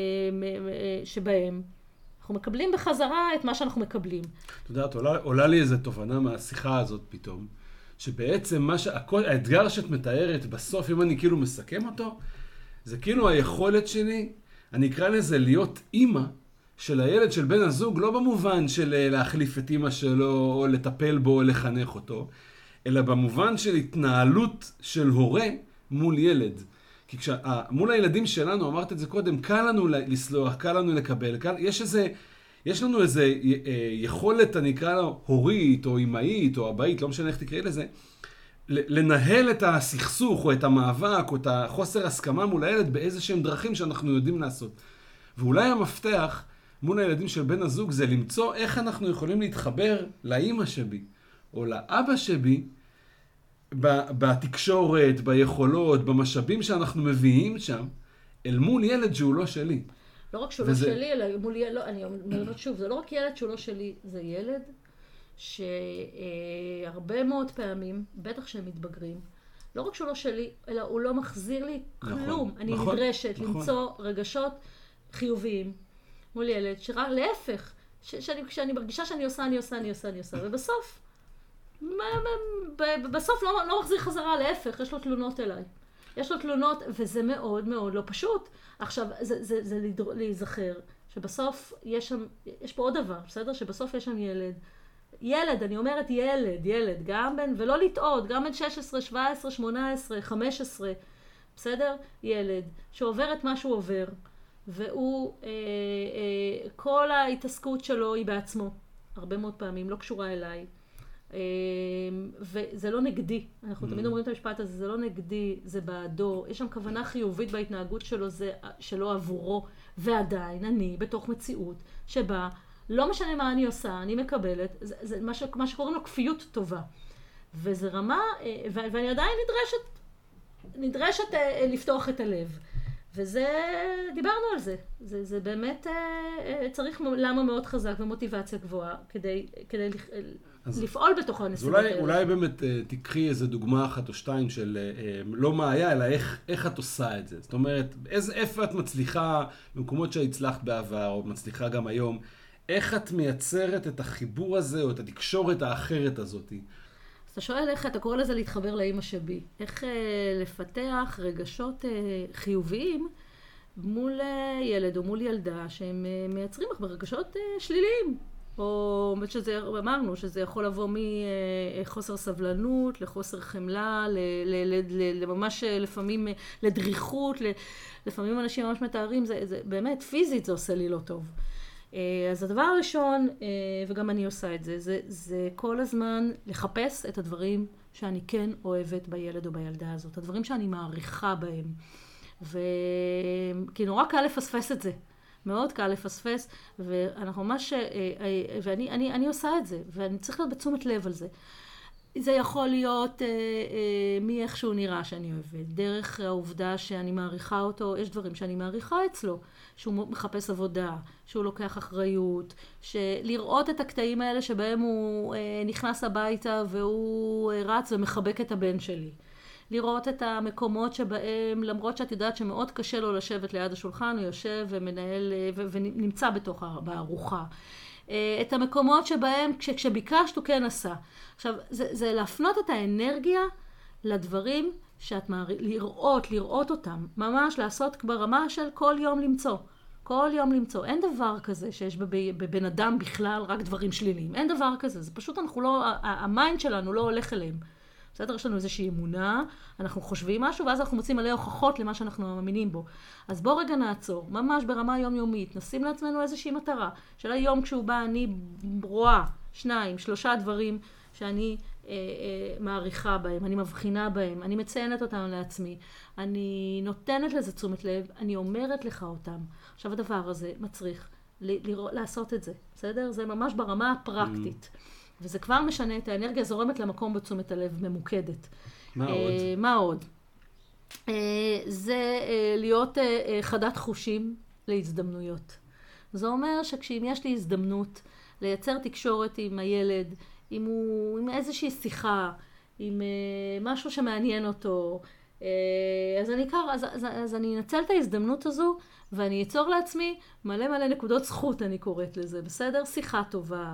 שבהם אנחנו מקבלים בחזרה את מה שאנחנו מקבלים. את יודעת, עולה לי איזו תובנה מהשיחה הזאת פתאום, שבעצם האתגר שאת מתארת בסוף, אם אני כאילו מסכם אותו, זה כאילו היכולת שלי, אני אקרא לזה להיות אימא של הילד של בן הזוג, לא במובן של להחליף את אימא שלו, או לטפל בו, או לחנך אותו, אלא במובן של התנהלות של הורה מול ילד. כי מול הילדים שלנו, אמרת את זה קודם, קל לנו לסלוח, קל לנו לקבל, יש לנו איזה יכולת, אני אקרא לה הורית, או אמאית, או אבאית, לא משנה איך תקראי לזה, לנהל את הסכסוך, או את המאבק, או את החוסר הסכמה מול הילד, באיזה שהם דרכים שאנחנו יודעים לעשות. ואולי המפתח מול הילדים של בן הזוג זה למצוא איך אנחנו יכולים להתחבר לאמא שבי, או לאבא שבי, בתקשורת, ביכולות, במשאבים שאנחנו מביאים שם, אל מול ילד שהוא לא שלי. לא רק שהוא לא שלי, אלא מול ילד, לא, אני אומרת שוב, זה לא רק ילד שהוא לא שלי, זה ילד שהרבה מאוד פעמים, בטח שהם מתבגרים, לא רק שהוא לא שלי, אלא הוא לא מחזיר לי כלום. אני נדרשת למצוא רגשות חיוביים מול ילד, להפך, כשאני מרגישה שאני עושה, ובסוף, בסוף לא מחזיר חזרה, להפך, יש לו תלונות אליי. יש לו תלונות, וזה מאוד מאוד לא פשוט. עכשיו, זה להיזכר, שבסוף יש פה עוד דבר, בסדר? שבסוף יש שם ילד, אני אומרת ילד, גם בין, ולא לטעות, גם בין 16, 17, 18, 15, בסדר? ילד, שעובר את מה שהוא עובר, והוא, כל ההתעסקות שלו היא בעצמו, הרבה מאוד פעמים, לא קשורה אליי. וזה לא נגדי, אנחנו תמיד אומרים את המשפט הזה, זה לא נגדי, זה בעדו, יש שם כוונה חיובית בהתנהגות שלו, זה שלו עבורו, ועדיין אני בתוך מציאות שבה לא משנה מה אני עושה, אני מקבלת, זה מה שקוראים לו כפיות טובה. וזה רמה, ואני עדיין נדרשת לפתוח את הלב. וזה, דיברנו על זה. זה באמת צריך למה מאוד חזק ומוטיבציה גבוהה כדי לפעול בתוך הנסיבות האלה. אולי באמת תקחי איזה דוגמה אחת או שתיים של לא מה היה, אלא איך את עושה את זה. זאת אומרת, איפה את מצליחה במקומות שהצלחת בעבר, או מצליחה גם היום, איך את מייצרת את החיבור הזה, או את התקשורת האחרת הזאת? אז אתה שואל איך אתה קורא לזה להתחבר לאמא שבי. איך לפתח רגשות חיוביים מול ילד או מול ילדה שהם מייצרים ברגשות שליליים. או אמרנו שזה יכול לבוא מחוסר סבלנות, לחוסר חמלה, לממש לפעמים לדריכות, לפעמים אנשים ממש מתארים, זה באמת פיזית זה עושה לי לא טוב. אז הדבר הראשון, וגם אני עושה את זה, זה כל הזמן לחפש את הדברים שאני כן אוהבת בילד או בילדה הזאת, הדברים שאני מעריכה בהם. וכי נורא קל לפספס את זה. מאוד קל לפספס, ואנחנו ממש, ואני עושה את זה, ואני צריך להיות בתשומת לב על זה. זה יכול להיות מאיך שהוא נראה שאני אוהבת, דרך העובדה שאני מעריכה אותו, יש דברים שאני מעריכה אצלו, שהוא מחפש עבודה, שהוא לוקח אחריות, שלראות את הקטעים האלה שבהם הוא נכנס הביתה והוא רץ ומחבק את הבן שלי. לראות את המקומות שבהם, למרות שאת יודעת שמאוד קשה לו לשבת ליד השולחן, הוא יושב ומנהל ונמצא בתוך בארוחה. את המקומות שבהם כשביקשת הוא כן עשה. עכשיו, זה להפנות את האנרגיה לדברים שאת לראות אותם. ממש לעשות ברמה של כל יום למצוא. כל יום למצוא. אין דבר כזה שיש בבן אדם בכלל רק דברים שליליים. אין דבר כזה. זה פשוט אנחנו לא, המיינד שלנו לא הולך אליהם. בסדר, יש לנו איזושהי אמונה, אנחנו חושבים משהו, ואז אנחנו מוצאים מלא הוכחות למה שאנחנו מאמינים בו. אז בוא רגע נעצור, ממש ברמה יומיומית, נשים לעצמנו איזושהי מטרה, של היום כשהוא בא, אני רואה 2, 3 דברים שאני מעריכה בהם, אני מבחינה בהם, אני מציינת אותם לעצמי, אני נותנת לזה תשומת לב, אני אומרת לך אותם. עכשיו הדבר הזה מצריך לעשות את זה, בסדר? זה ממש ברמה הפרקטית. וזה כבר משנה את האנרגיה, זורמת למקום בתשומת הלב ממוקדת. מה עוד? זה להיות חדת חושים להזדמנויות. זה אומר שכשאם יש לי הזדמנות לייצר תקשורת עם הילד, עם איזושהי שיחה, עם משהו שמעניין אותו, אז אני אנצל את ההזדמנות הזו, ואני אצור לעצמי מלא נקודות זכות, אני קוראת לזה, בסדר? שיחה טובה.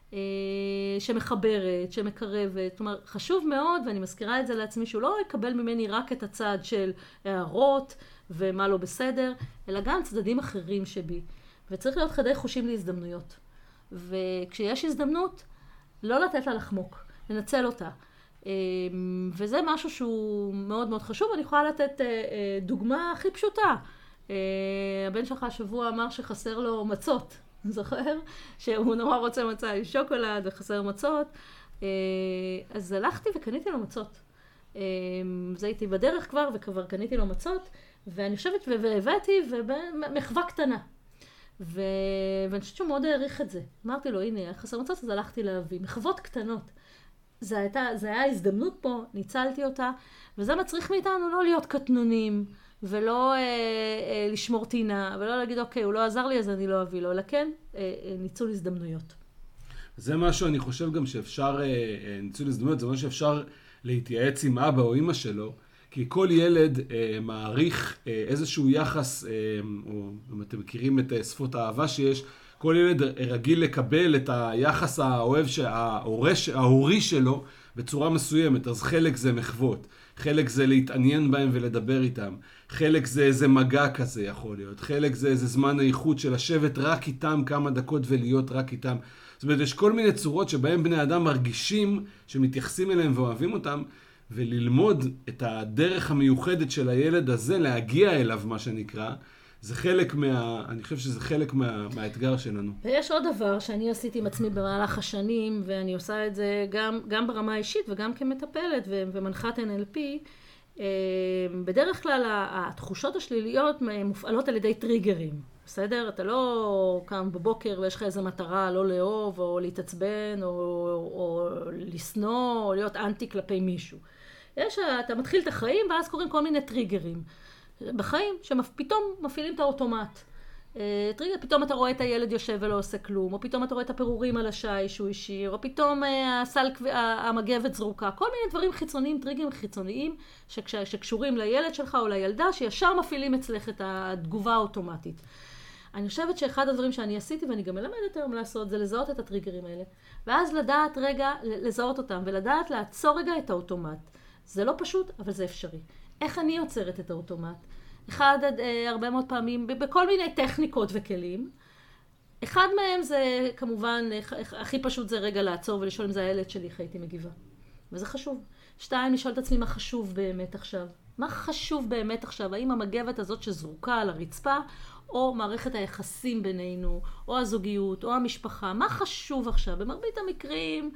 שמחברת, שמקרבת, זאת אומרת, חשוב מאוד, ואני מזכירה את זה לעצמי, שהוא לא יקבל ממני רק את הצד של הערות ומה לא בסדר, אלא גם צדדים אחרים שבי. וצריך להיות חדי חושים להזדמנויות. וכשיש הזדמנות, לא לתת לה לחמוק, לנצל אותה. וזה משהו שהוא מאוד מאוד חשוב, אני יכולה לתת דוגמה הכי פשוטה. הבן שלך השבוע אמר שחסר לו מצות. זוכר? שהוא נורא רוצה מצה עם שוקולד וחסר מצות. אז הלכתי וקניתי לו מצות. זה הייתי בדרך כבר, וכבר קניתי לו מצות, ואני חושבת והבאתי, ומחווה קטנה. ואני חושבת שהוא מאוד העריך את זה. אמרתי לו, הנה, חסר מצות, אז הלכתי להביא. מחוות קטנות. זה היה הזדמנות פה, ניצלתי אותה, וזה מצריך מאיתנו לא להיות קטנונים, ולא לשמור טינה, ולא להגיד, אוקיי, הוא לא עזר לי, אז אני לא אביא לו, אלא כן, ניצול הזדמנויות. זה משהו, אני חושב גם שאפשר, ניצול הזדמנויות, זה משהו שאפשר להתייעץ עם אבא או אמא שלו, כי כל ילד מעריך איזשהו יחס, או אם אתם מכירים את שפות האהבה שיש, כל ילד רגיל לקבל את היחס האוהב ההורי שלו בצורה מסוימת. אז חלק זה מחוות, חלק זה להתעניין בהם ולדבר איתם, חלק זה איזה מגע כזה יכול להיות, חלק זה איזה זמן האיכות של לשבת רק איתם כמה דקות ולהיות רק איתם. זאת אומרת, יש כל מיני צורות שבהם בני אדם מרגישים שמתייחסים אליהם ואוהבים אותם, וללמוד את הדרך המיוחדת של הילד הזה, להגיע אליו מה שנקרא, זה חלק אני חושב שזה חלק מהאתגר שלנו. ויש עוד דבר שאני עשיתי עם עצמי במהלך השנים, ואני עושה את זה גם ברמה האישית וגם כמטפלת ומנחת NLP, בדרך כלל התחושות השליליות מופעלות על ידי טריגרים, בסדר? אתה לא קם בבוקר ויש לך איזו מטרה לא לאהוב או להתעצבן או לסנוע או להיות אנטי כלפי מישהו. אתה מתחיל את החיים ואז קוראים כל מיני טריגרים בחיים שפתאום מפעילים את האוטומט. טריגר, פתאום אתה רואה את הילד יושב ולא עושה כלום, או פתאום אתה רואה את הפירורים על השי שהוא השאיר, או פתאום המגבת זרוקה, כל מיני דברים חיצוניים, טריגרים חיצוניים שקשורים לילד שלך או לילדה, שישר מפעילים אצלך את התגובה האוטומטית. אני חושבת שאחד הדברים שאני עשיתי, ואני גם מלמדת היום לעשות, זה לזהות את הטריגרים האלה, ואז לדעת רגע לזהות אותם, ולדעת לעצור רגע את האוטומט. זה לא פשוט, אבל זה אפשרי. איך אני יוצרת את האוטומט? הרבה מאוד פעמים, בכל מיני טכניקות וכלים. אחד מהם זה כמובן, הכי פשוט זה רגע לעצור ולשאול אם זה הילד שלי, איך הייתי מגיבה. וזה חשוב. 2, לשאול את עצמי מה חשוב באמת עכשיו. מה חשוב באמת עכשיו? האם המגבת הזאת שזרוקה על הרצפה, או מערכת היחסים בינינו, או הזוגיות, או המשפחה, מה חשוב עכשיו? במרבית המקרים,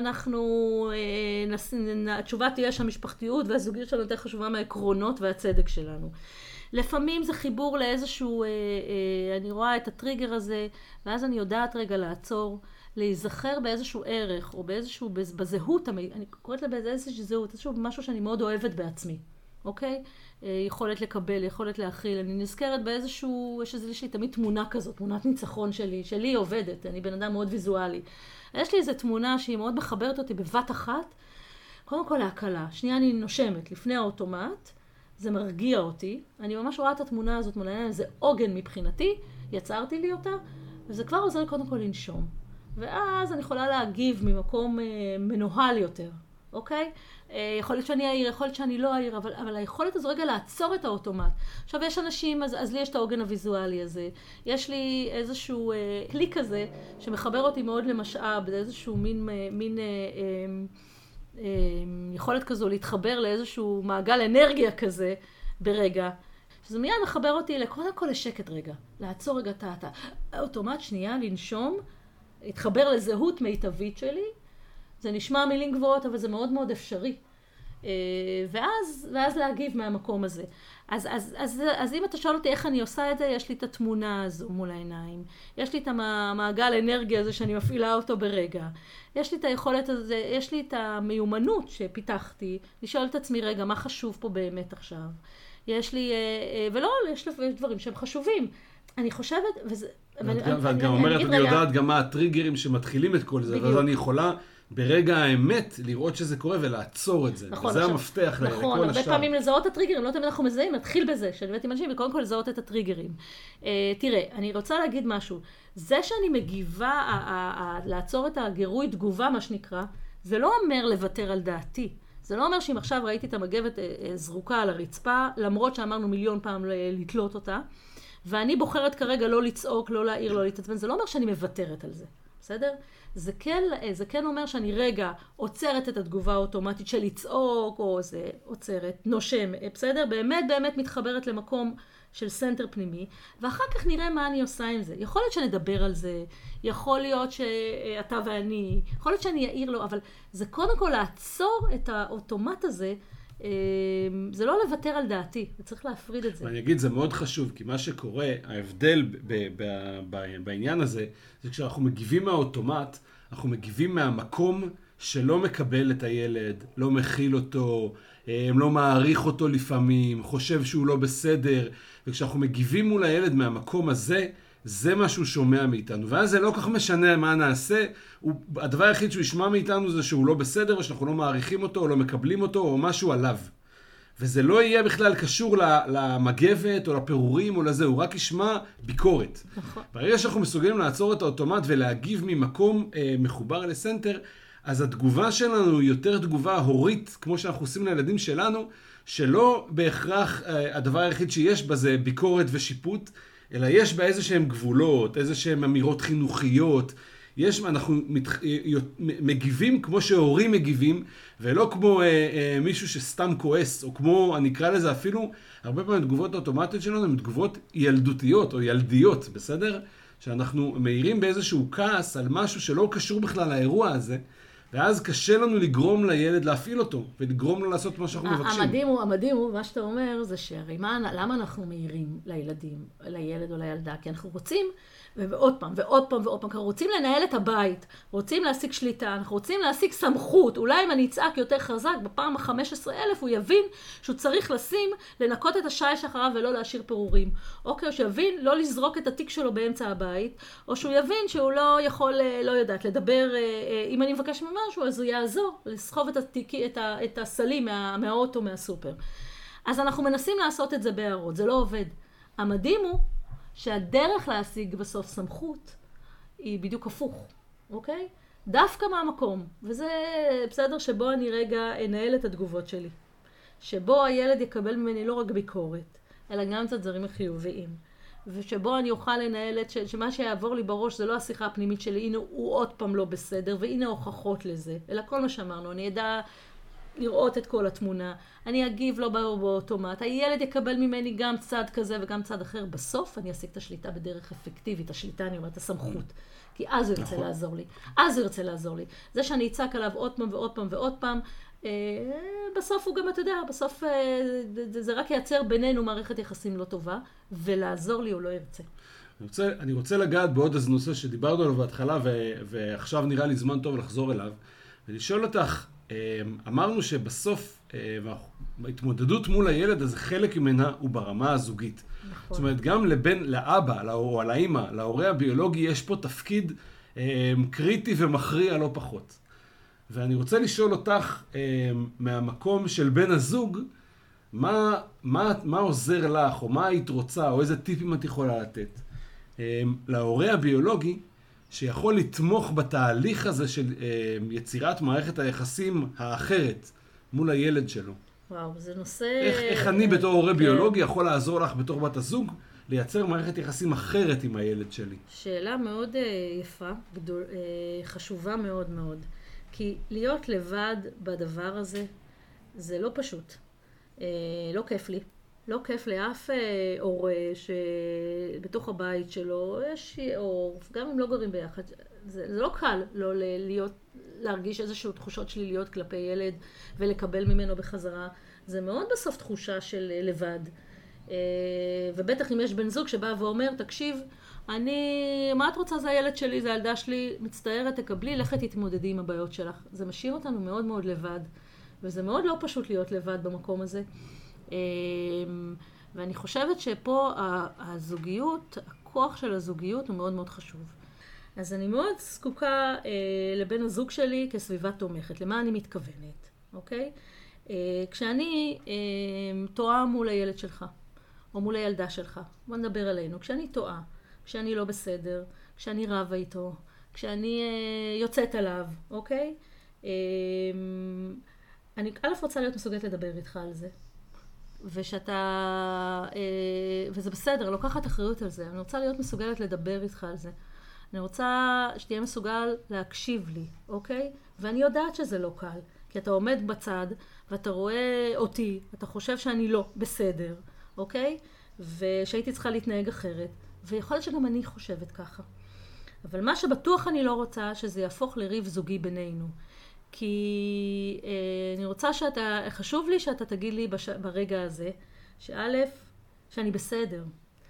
התשובה תהיה שהמשפחתיות והזוגיות שלנו יותר חשובה מהעקרונות והצדק שלנו. לפעמים זה חיבור לאיזשהו, אני רואה את הטריגר הזה, ואז אני יודעת רגע לעצור, להיזכר באיזשהו ערך, או באיזשהו, בזהות, אני קוראת לה באיזושהי זהות, איזשהו משהו שאני מאוד אוהבת בעצמי, אוקיי? יכולת לקבל, יכולת להכיל, אני נזכרת באיזשהו, יש לי תמיד תמונה כזאת, תמונת ניצחון שלי עובדת, אני בן אדם מאוד ויזואלי. יש לי איזו תמונה שהיא מאוד מחברת אותי בבת אחת, קודם כל להקלה, שנייה אני נושמת לפני האוטומט, זה מרגיע אותי, אני ממש רואה את התמונה הזאת, זה עוגן מבחינתי, יצרתי לי אותה, וזה כבר עוזר לי קודם כל לנשום. ואז אני יכולה להגיב ממקום מנוהל יותר, אוקיי? יכול להיות שאני אעיר, יכול להיות שאני לא אעיר, אבל היכולת הזו רגע לעצור את האוטומט. עכשיו יש אנשים, אז לי יש את העוגן הוויזואלי הזה, יש לי איזשהו כלי כזה שמחבר אותי מאוד למשאב, איזשהו מין יכולת כזו להתחבר לאיזשהו מעגל אנרגיה כזה ברגע, שזה מיד מחבר אותי קודם כל לשקט רגע, לעצור רגע את האוטומט שנייה, לנשום, להתחבר לזהות מיטבית שלי, זה נשמע מילים גבוהות, אבל זה מאוד מאוד אפשרי. ואז להגיב מהמקום הזה. אז אם אתה שואל אותי איך אני עושה את זה, יש לי את התמונה הזו מול העיניים. יש לי את המעגל אנרגיה הזה שאני מפעילה אותו ברגע. יש לי את היכולת הזה, יש לי את המיומנות שפיתחתי, לשאול את עצמי רגע, מה חשוב פה באמת עכשיו? יש לי, ולא, יש דברים שהם חשובים. אני חושבת, ואת גם אומרת, אני יודעת גם מה הטריגרים שמתחילים את כל זה, ואז אני יכולה ברגע האמת לראות שזה קורה ולעצור את זה. נכון, וזה המפתח לכל השאר. נכון, הרבה פעמים לזהות את הטריגרים, לא תמיד אנחנו מזהים, נתחיל בזה, שאני הבאתי אנשים, וקודם כל לזהות את הטריגרים. תראה, אני רוצה להגיד משהו. זה שאני מגיבה, לעצור את הגירוי תגובה, מה שנקרא, זה לא אומר לוותר על דעתי. זה לא אומר שאם עכשיו ראיתי את המגבת זרוקה על הרצפה, למרות שאמרנו מיליון פעם לתלות אותה, ואני בוחרת כרגע לא לצעוק, לא להעיר, לא להתעצבן, זה לא אומר שאני מוותרת על זה, בסדר? זה כן אומר שאני רגע עוצרת את התגובה האוטומטית של לצעוק, או זה עוצרת, נושם, בסדר? באמת מתחברת למקום של סנטר פנימי, ואחר כך נראה מה אני עושה עם זה. יכול להיות שנדבר על זה, יכול להיות שאתה ואני, יכול להיות שאני אעיר לו, אבל זה קודם כל לעצור את האוטומט הזה, זה לא לוותר על דעתי, צריך להפריד את זה. ואני אגיד, זה מאוד חשוב, כי מה שקורה, ההבדל בעניין הזה, זה כשאנחנו מגיבים מהאוטומט, אנחנו מגיבים מהמקום שלא מקבל את הילד, לא מכיל אותו, לא מעריך אותו לפעמים, חושב שהוא לא בסדר, וכשאנחנו מגיבים מול הילד מהמקום הזה, זה מה שהוא שומע מאיתנו, ואז זה לא כך משנה מה נעשה, הדבר היחיד שהוא ישמע מאיתנו זה שהוא לא בסדר, ושאנחנו לא מעריכים אותו, או לא מקבלים אותו, או משהו עליו. וזה לא יהיה בכלל קשור למגבת, או לפירורים, או לזה, הוא רק ישמע ביקורת. נכון. ברגע שאנחנו מסוגלים לעצור את האוטומט, ולהגיב ממקום מחובר לסנטר, אז התגובה שלנו היא יותר תגובה הורית, כמו שאנחנו עושים לילדים שלנו, שלא בהכרח הדבר היחיד שיש בה זה ביקורת ושיפוט, אלא יש בה איזה שהם גבולות, איזה שהם אמירות חינוכיות, אנחנו מגיבים כמו שהורים מגיבים, ולא כמו מישהו שסתם כועס, או כמו, אני אקרא לזה אפילו, הרבה פעמים תגובות האוטומטיות שלנו הן תגובות ילדותיות או ילדיות, בסדר? שאנחנו מהירים באיזשהו כעס על משהו שלא קשור בכלל לאירוע הזה, ואז קשה לנו לגרום לילד להפעיל אותו, ולגרום לו לעשות מה שאנחנו מבקשים. המדהים הוא, מה שאתה אומר, זה שהרי למה אנחנו מהירים לילדים, לילד או לילדה? כי אנחנו רוצים, ועוד פעם, אנחנו רוצים לנהל את הבית, רוצים להשיג שליטה, אנחנו רוצים להשיג סמכות. אולי אם אני אצעק יותר חזק, בפעם ה-15,000 הוא יבין שהוא צריך לנקות את השיש אחריו ולא להשאיר פירורים. אוקיי, או שיבין לא לזרוק את התיק שלו באמצע הבית, או שהוא יבין שהוא לא יכול, לא יודעת, לדבר, אם אני מבקש משהו, אז הוא יעזור לסחוב את הסלים מהאוטו, מהסופר. אז אנחנו מנסים לעשות את זה בהערות, זה לא עובד. המדהים הוא שהדרך להשיג בסוף סמכות היא בדיוק הפוך, אוקיי? דווקא מהמקום, וזה בסדר שבו אני רגע אנהל את התגובות שלי. שבו הילד יקבל ממני לא רק ביקורת, אלא גם את הדברים החיוביים. ושבו אני אוכל לנהל את שמה שיעבור לי בראש זה לא השיחה הפנימית שלי, הנה הוא עוד פעם לא בסדר, והנה הוכחות לזה, אלא כל מה שאמרנו, אני אדע לראות את כל התמונה, אני אגיב לא באוטומט, הילד יקבל ממני גם צד כזה וגם צד אחר, בסוף אני אשיג את השליטה בדרך אפקטיבית, השליטה אני אומרת, הסמכות, כי אז הוא ירצה לעזור לי, זה שאני אצעק עליו עוד פעם ועוד פעם ועוד פעם, בסוף הוא גם, אתה יודע, בסוף זה רק ייצר בינינו מערכת יחסים לא טובה, ולעזור לי הוא לא ירצה. אני רוצה לגעת בעוד איזה נושא שדיברנו עליו בהתחלה, ועכשיו נראה לי זמן טוב לחזור אליו, ולשאול אותך, אמרנו שבסוף, ההתמודדות מול הילד, אז חלק ממנה הוא ברמה הזוגית. נכון. זאת אומרת, גם לאבא, או לאמא, להורה הביולוגי, יש פה תפקיד קריטי ומכריע לא פחות. ואני רוצה לשאול אותך, מהמקום של בן הזוג, מה עוזר לך, או מה היית רוצה, או איזה טיפים את יכולה לתת להורה הביולוגי, שיכול לתמוך בתהליך הזה של יצירת מערכת היחסים האחרת מול הילד שלו. וואו, זה נושא... איך אני בתור הורה ביולוגי יכול לעזור לך בתור בת הזוג, לייצר מערכת יחסים אחרת עם הילד שלי? שאלה מאוד יפה, חשובה מאוד מאוד. כי להיות לבד בדבר הזה, זה לא פשוט. לא כיף לי. לא כיף לאף הורה שבתוך הבית שלו יש אור, גם אם לא גרים ביחד. זה לא קל לא להרגיש איזשהו תחושות שליליות כלפי ילד ולקבל ממנו בחזרה. זה מאוד בסוף תחושה של לבד. ובטח אם יש בן זוג שבא ואומר, תקשיב, מה את רוצה? זה הילד שלי, זה הילדה שלי, מצטערת, תקבלי, לכת תתמודדי עם הבעיות שלך. זה משאיר אותנו מאוד מאוד לבד, וזה מאוד לא פשוט להיות לבד במקום הזה. ואני חושבת שפה הזוגיות, הכוח של הזוגיות הוא מאוד מאוד חשוב. אז אני מאוד זקוקה לבן הזוג שלי כסביבה תומכת. למה אני מתכוונת? אוקיי? כשאני טועה מול הילד שלך, או מול הילדה שלך, בוא נדבר עלינו. כשאני טועה, כשאני לא בסדר, כשאני רבה איתו, כשאני יוצאת עליו, אוקיי? אני רוצה להיות מסוגלת לדבר איתך על זה. וזה בסדר, לוקחת אחריות על זה. אני רוצה להיות מסוגלת לדבר איתך על זה. אני רוצה שתהיה מסוגל להקשיב לי, אוקיי? ואני יודעת שזה לא קל, כי אתה עומד בצד ואתה רואה אותי, אתה חושב שאני לא בסדר, אוקיי? ושהייתי צריכה להתנהג אחרת, ויכול להיות שגם אני חושבת ככה. אבל מה שבטוח אני לא רוצה, שזה יהפוך לריב זוגי בינינו. כי אני רוצה חשוב לי שאתה תגיד לי ברגע הזה, שאני בסדר,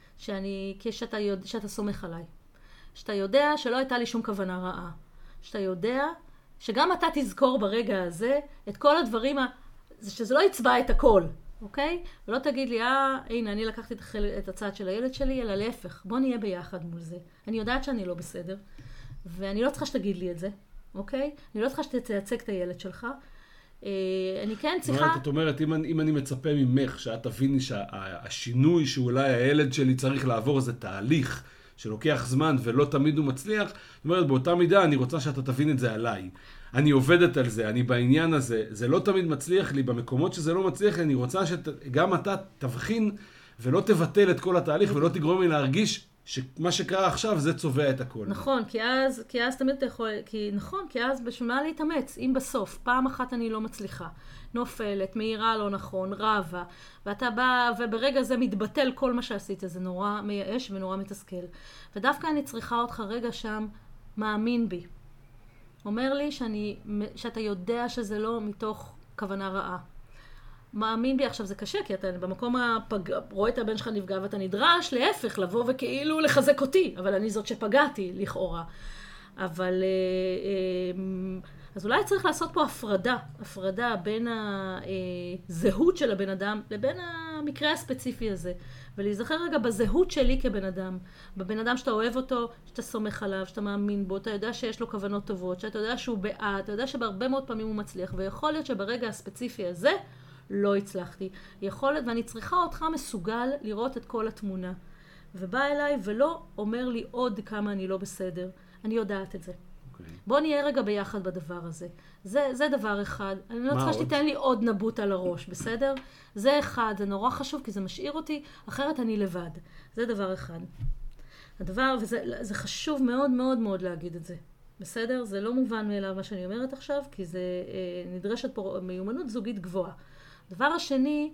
שאתה סומך עליי, שאתה יודע שלא הייתה לי שום כוונה רעה, שאתה יודע שגם אתה תזכור ברגע הזה את כל הדברים, שזה לא יצבע את הכל, אוקיי? ולא תגיד לי, הנה, אני לקחתי את הצד של הילד שלי, אלא להפך, בוא נהיה ביחד מול זה. אני יודעת שאני לא בסדר, ואני לא צריכה שתגיד לי את זה, אוקיי? אני לא צריכה שתייצג את הילד שלך. אני כן צריכה... את אומרת, אם אני מצפה ממך, שאת תביני שהשינוי שאולי הילד שלי צריך לעבור זה תהליך שלוקח זמן ולא תמיד הוא מצליח, זאת אומרת, באותה מידה אני רוצה שאתה תבין את זה עליי. אני עובדת על זה, אני בעניין הזה, זה לא תמיד מצליח לי, במקומות שזה לא מצליח לי, אני רוצה שגם אתה תבחין ולא תבטל את כל התהליך ולא תגרום לי להרגיש שמה שקרה עכשיו זה צובע את הכל. נכון, כי אז תמיד אתה יכול, כי אז בשביל מה להתאמץ, אם בסוף, פעם אחת אני לא מצליחה, נופלת, מהירה לא נכון, רבה, ואתה בא, וברגע זה מתבטל כל מה שעשית, זה נורא מייאש ונורא מתסכל. ודווקא אני צריכה אותך רגע שם, מאמין בי. אומר לי שאתה יודע שזה לא מתוך כוונה רעה. מאמין בי. עכשיו זה קשה, כי אתה במקום רואה את הבן שלך נפגע ואתה נדרש להפך, לבוא וכאילו לחזק אותי, אבל אני זאת שפגעתי לכאורה. אבל אז אולי צריך לעשות פה הפרדה בין הזהות של הבן אדם לבין המקרה הספציפי הזה. ולהיזכר רגע בזהות שלי כבן אדם, בבן אדם שאתה אוהב אותו, שאתה סומך עליו, שאתה מאמין בו, אתה יודע שיש לו כוונות טובות, שאתה יודע שהוא בעד, אתה יודע שבהרבה מאוד פעמים הוא מצליח, ויכול להיות שברגע הספציפי הזה לא הצלחתי. יכול להיות, ואני צריכה אותך מסוגל לראות את כל התמונה. ובא אליי ולא אומר לי עוד כמה אני לא בסדר. אני יודעת את זה. בוא נהיה רגע ביחד בדבר הזה. זה דבר אחד. אני לא צריכה שתיתן לי עוד נבוט על הראש, בסדר? זה אחד, זה נורא חשוב, כי זה משאיר אותי, אחרת אני לבד. זה דבר אחד. וזה חשוב מאוד מאוד מאוד להגיד את זה. בסדר? זה לא מובן מאליו מה שאני אומרת עכשיו, כי זה נדרשת פה מיומנות זוגית גבוהה. הדבר השני,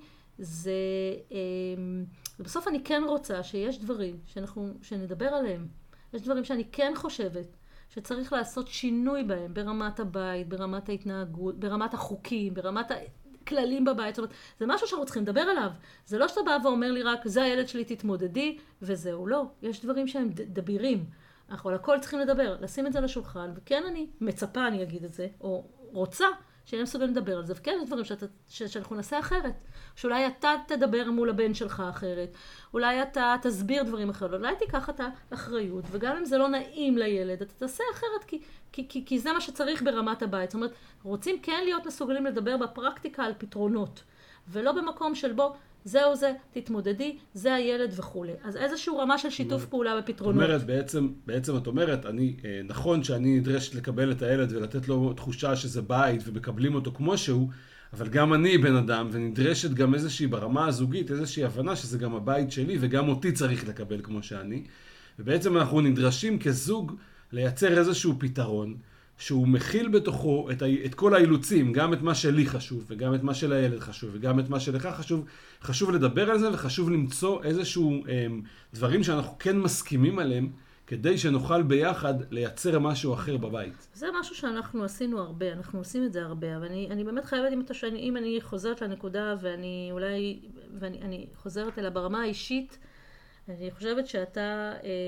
בסוף אני כן רוצה שיש דברים שנדבר עליהם. יש דברים שאני כן חושבת שצריך לעשות שינוי בהם, ברמת הבית, ברמת ההתנהגות, ברמת החוקים, ברמת הכללים בבית. זאת אומרת, זה משהו שאנחנו צריכים לדבר עליו. זה לא שאתה בא ואומר לי רק, זה הילד שלי, תתמודדי, וזהו. לא. יש דברים שהם דבירים. אנחנו על הכל צריכים לדבר, לשים את זה לשולחן, וכן אני מצפה, אני אגיד את זה, או רוצה שהם מסוגלים לדבר על זה, וכן יש דברים שאנחנו נעשה אחרת. שאולי אתה תדבר מול הבן שלך אחרת, אולי אתה תסביר דברים אחרת, אולי תיקח את האחריות, וגם אם זה לא נעים לילד, אתה תעשה אחרת, כי זה מה שצריך ברמת הבית. זאת אומרת, רוצים כן להיות מסוגלים לדבר בפרקטיקה על פתרונות, ולא במקום של בו, זהו זה, תתמודדי, זה הילד וכו'. אז איזשהו רמה של שיתוף פעולה בפתרונות. בעצם את אומרת, נכון שאני נדרשת לקבל את הילד ולתת לו תחושה שזה בית ומקבלים אותו כמו שהוא, אבל גם אני בן אדם ונדרשת גם איזושהי ברמה הזוגית, איזושהי הבנה שזה גם הבית שלי וגם אותי צריך לקבל כמו שאני. ובעצם אנחנו נדרשים כזוג לייצר איזשהו פתרון, שהוא מכיל בתוכו את כל האילוצים, גם את מה שלי חשוב, וגם את מה של הילד חשוב, וגם את מה שלך חשוב. חשוב לדבר על זה, וחשוב למצוא איזשהו דברים שאנחנו כן מסכימים עליהם, כדי שנוכל ביחד לייצר משהו אחר בבית. זה משהו שאנחנו עשינו הרבה, אנחנו עושים את זה הרבה, אבל אני באמת חייבת, אם אני חוזרת לנקודה, ואני חוזרת אליה ברמה האישית, אני חושבת שאתה...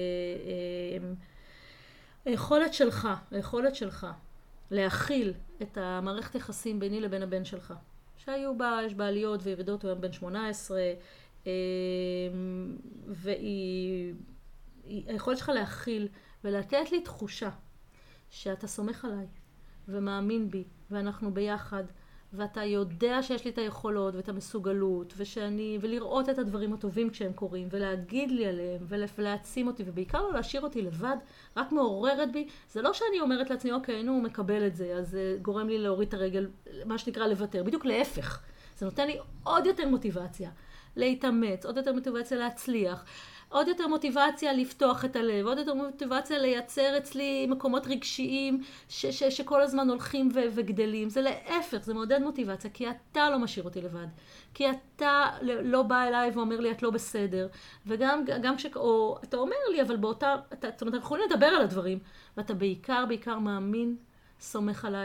היכולת שלך להכיל את המערכת יחסים ביני לבין הבן שלך, שהיו בה, יש בה עליות וירידות, הוא היום בן 18, היכולת שלך להכיל ולתת לי תחושה שאתה סומך עליי ומאמין בי ואנחנו ביחד, ואתה יודע שיש לי את היכולות ואת המסוגלות, ולראות את הדברים הטובים כשהם קורים, ולהגיד לי עליהם, ולהעצים אותי, ובעיקר לא להשאיר אותי לבד, רק מעוררת בי. זה לא שאני אומרת לעצמי, אוקיי, נו, הוא מקבל את זה, אז זה גורם לי להוריד את הרגל, מה שנקרא לוותר. בדיוק להפך. זה נותן לי עוד יותר מוטיבציה להתאמץ, עוד יותר מוטיבציה להצליח, עוד יותר מוטיבציה לפתוח את הלב, עוד יותר מוטיבציה לייצר אצלי מקומות רגשיים שכל הזמן הולכים וגדלים. זה להפך, זה מעודד מוטיבציה, כי אתה לא משאיר אותי לבד. כי אתה לא בא אליי ואומר לי, את לא בסדר. וגם אתה אומר לי, אבל באותה, זאת אומרת, אנחנו יכולים לדבר על הדברים, ואתה בעיקר מאמין, סומך עליי,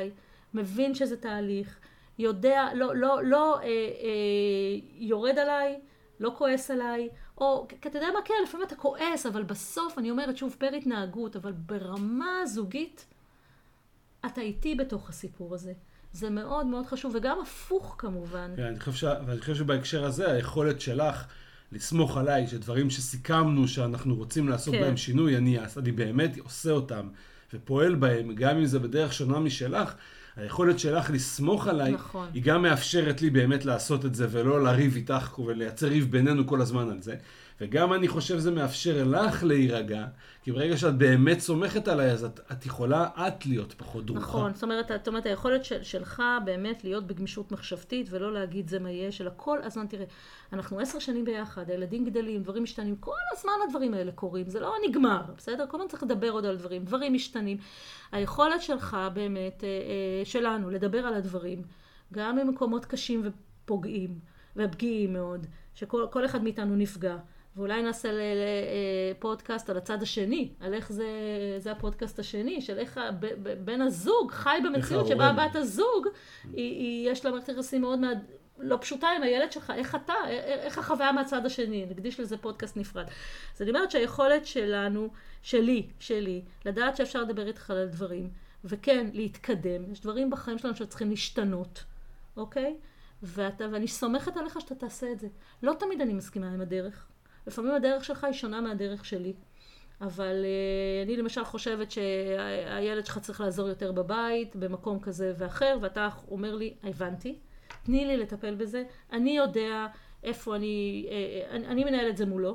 מבין שזה תהליך, יודע, לא יורד עליי, לא כועס עליי, או, כי אתה יודע מה, כן, לפעמים אתה כועס, אבל בסוף, אני אומרת שוב, פר התנהגות, אבל ברמה זוגית, אתה איתי בתוך הסיפור הזה. זה מאוד מאוד חשוב, וגם הפוך כמובן. כן, אני חושב שבהקשר הזה, היכולת שלך לסמוך עליי, שדברים שסיכמנו שאנחנו רוצים לעשות בהם שינוי, אני באמת עושה אותם, ופועל בהם, גם אם זה בדרך שונה משלך, היכולת שלך לסמוך עליי, נכון. היא גם מאפשרת לי באמת לעשות את זה, ולא לריב איתך ולייצר ריב בינינו כל הזמן על זה. וגם אני חושב שזה מאפשר לך להירגע, כי ברגע שאת באמת סומכת עליי, אז את יכולה את להיות פחות דרוכה. נכון, זאת אומרת, היכולת שלך באמת להיות בגמישות מחשבתית, ולא להגיד זה מה יש, אלא כל הזמן, תראה, אנחנו 10 שנים ביחד, הילדים גדלים, דברים משתנים, כל הזמן הדברים האלה קורים, זה לא נגמר, בסדר? כל הזמן צריך לדבר עוד על דברים משתנים. היכולת שלך באמת, שלנו, לדבר על הדברים, גם במקומות קשים ופוגעים, ופגיעים מאוד, שכל אחד מאיתנו נפגע. ואולי נעשה פודקאסט על הצד השני, על איך זה הפודקאסט השני, של איך בן הזוג חי במציאות שבה בת הזוג, יש לה מערכת יחסים מאוד לא פשוטה עם הילד שלך, איך החוויה מהצד השני, נקדיש לזה פודקאסט נפרד. אז אני אומרת שהיכולת שלנו, שלי, לדעת שאפשר לדבר איתך על הדברים, וכן, להתקדם, יש דברים בחיים שלנו שצריכים להשתנות, אוקיי? ואני סומכת עליך שאתה תעשה את זה. לא תמיד אני מסכימה עם הדרך. לפעמים הדרך שלך היא שונה מהדרך שלי. אבל אני למשל חושבת שהילד שלך צריך לעזור יותר בבית, במקום כזה ואחר, ואתה אומר לי, הבנתי, תני לי לטפל בזה, אני יודע איפה אני מנהל את זה מולו,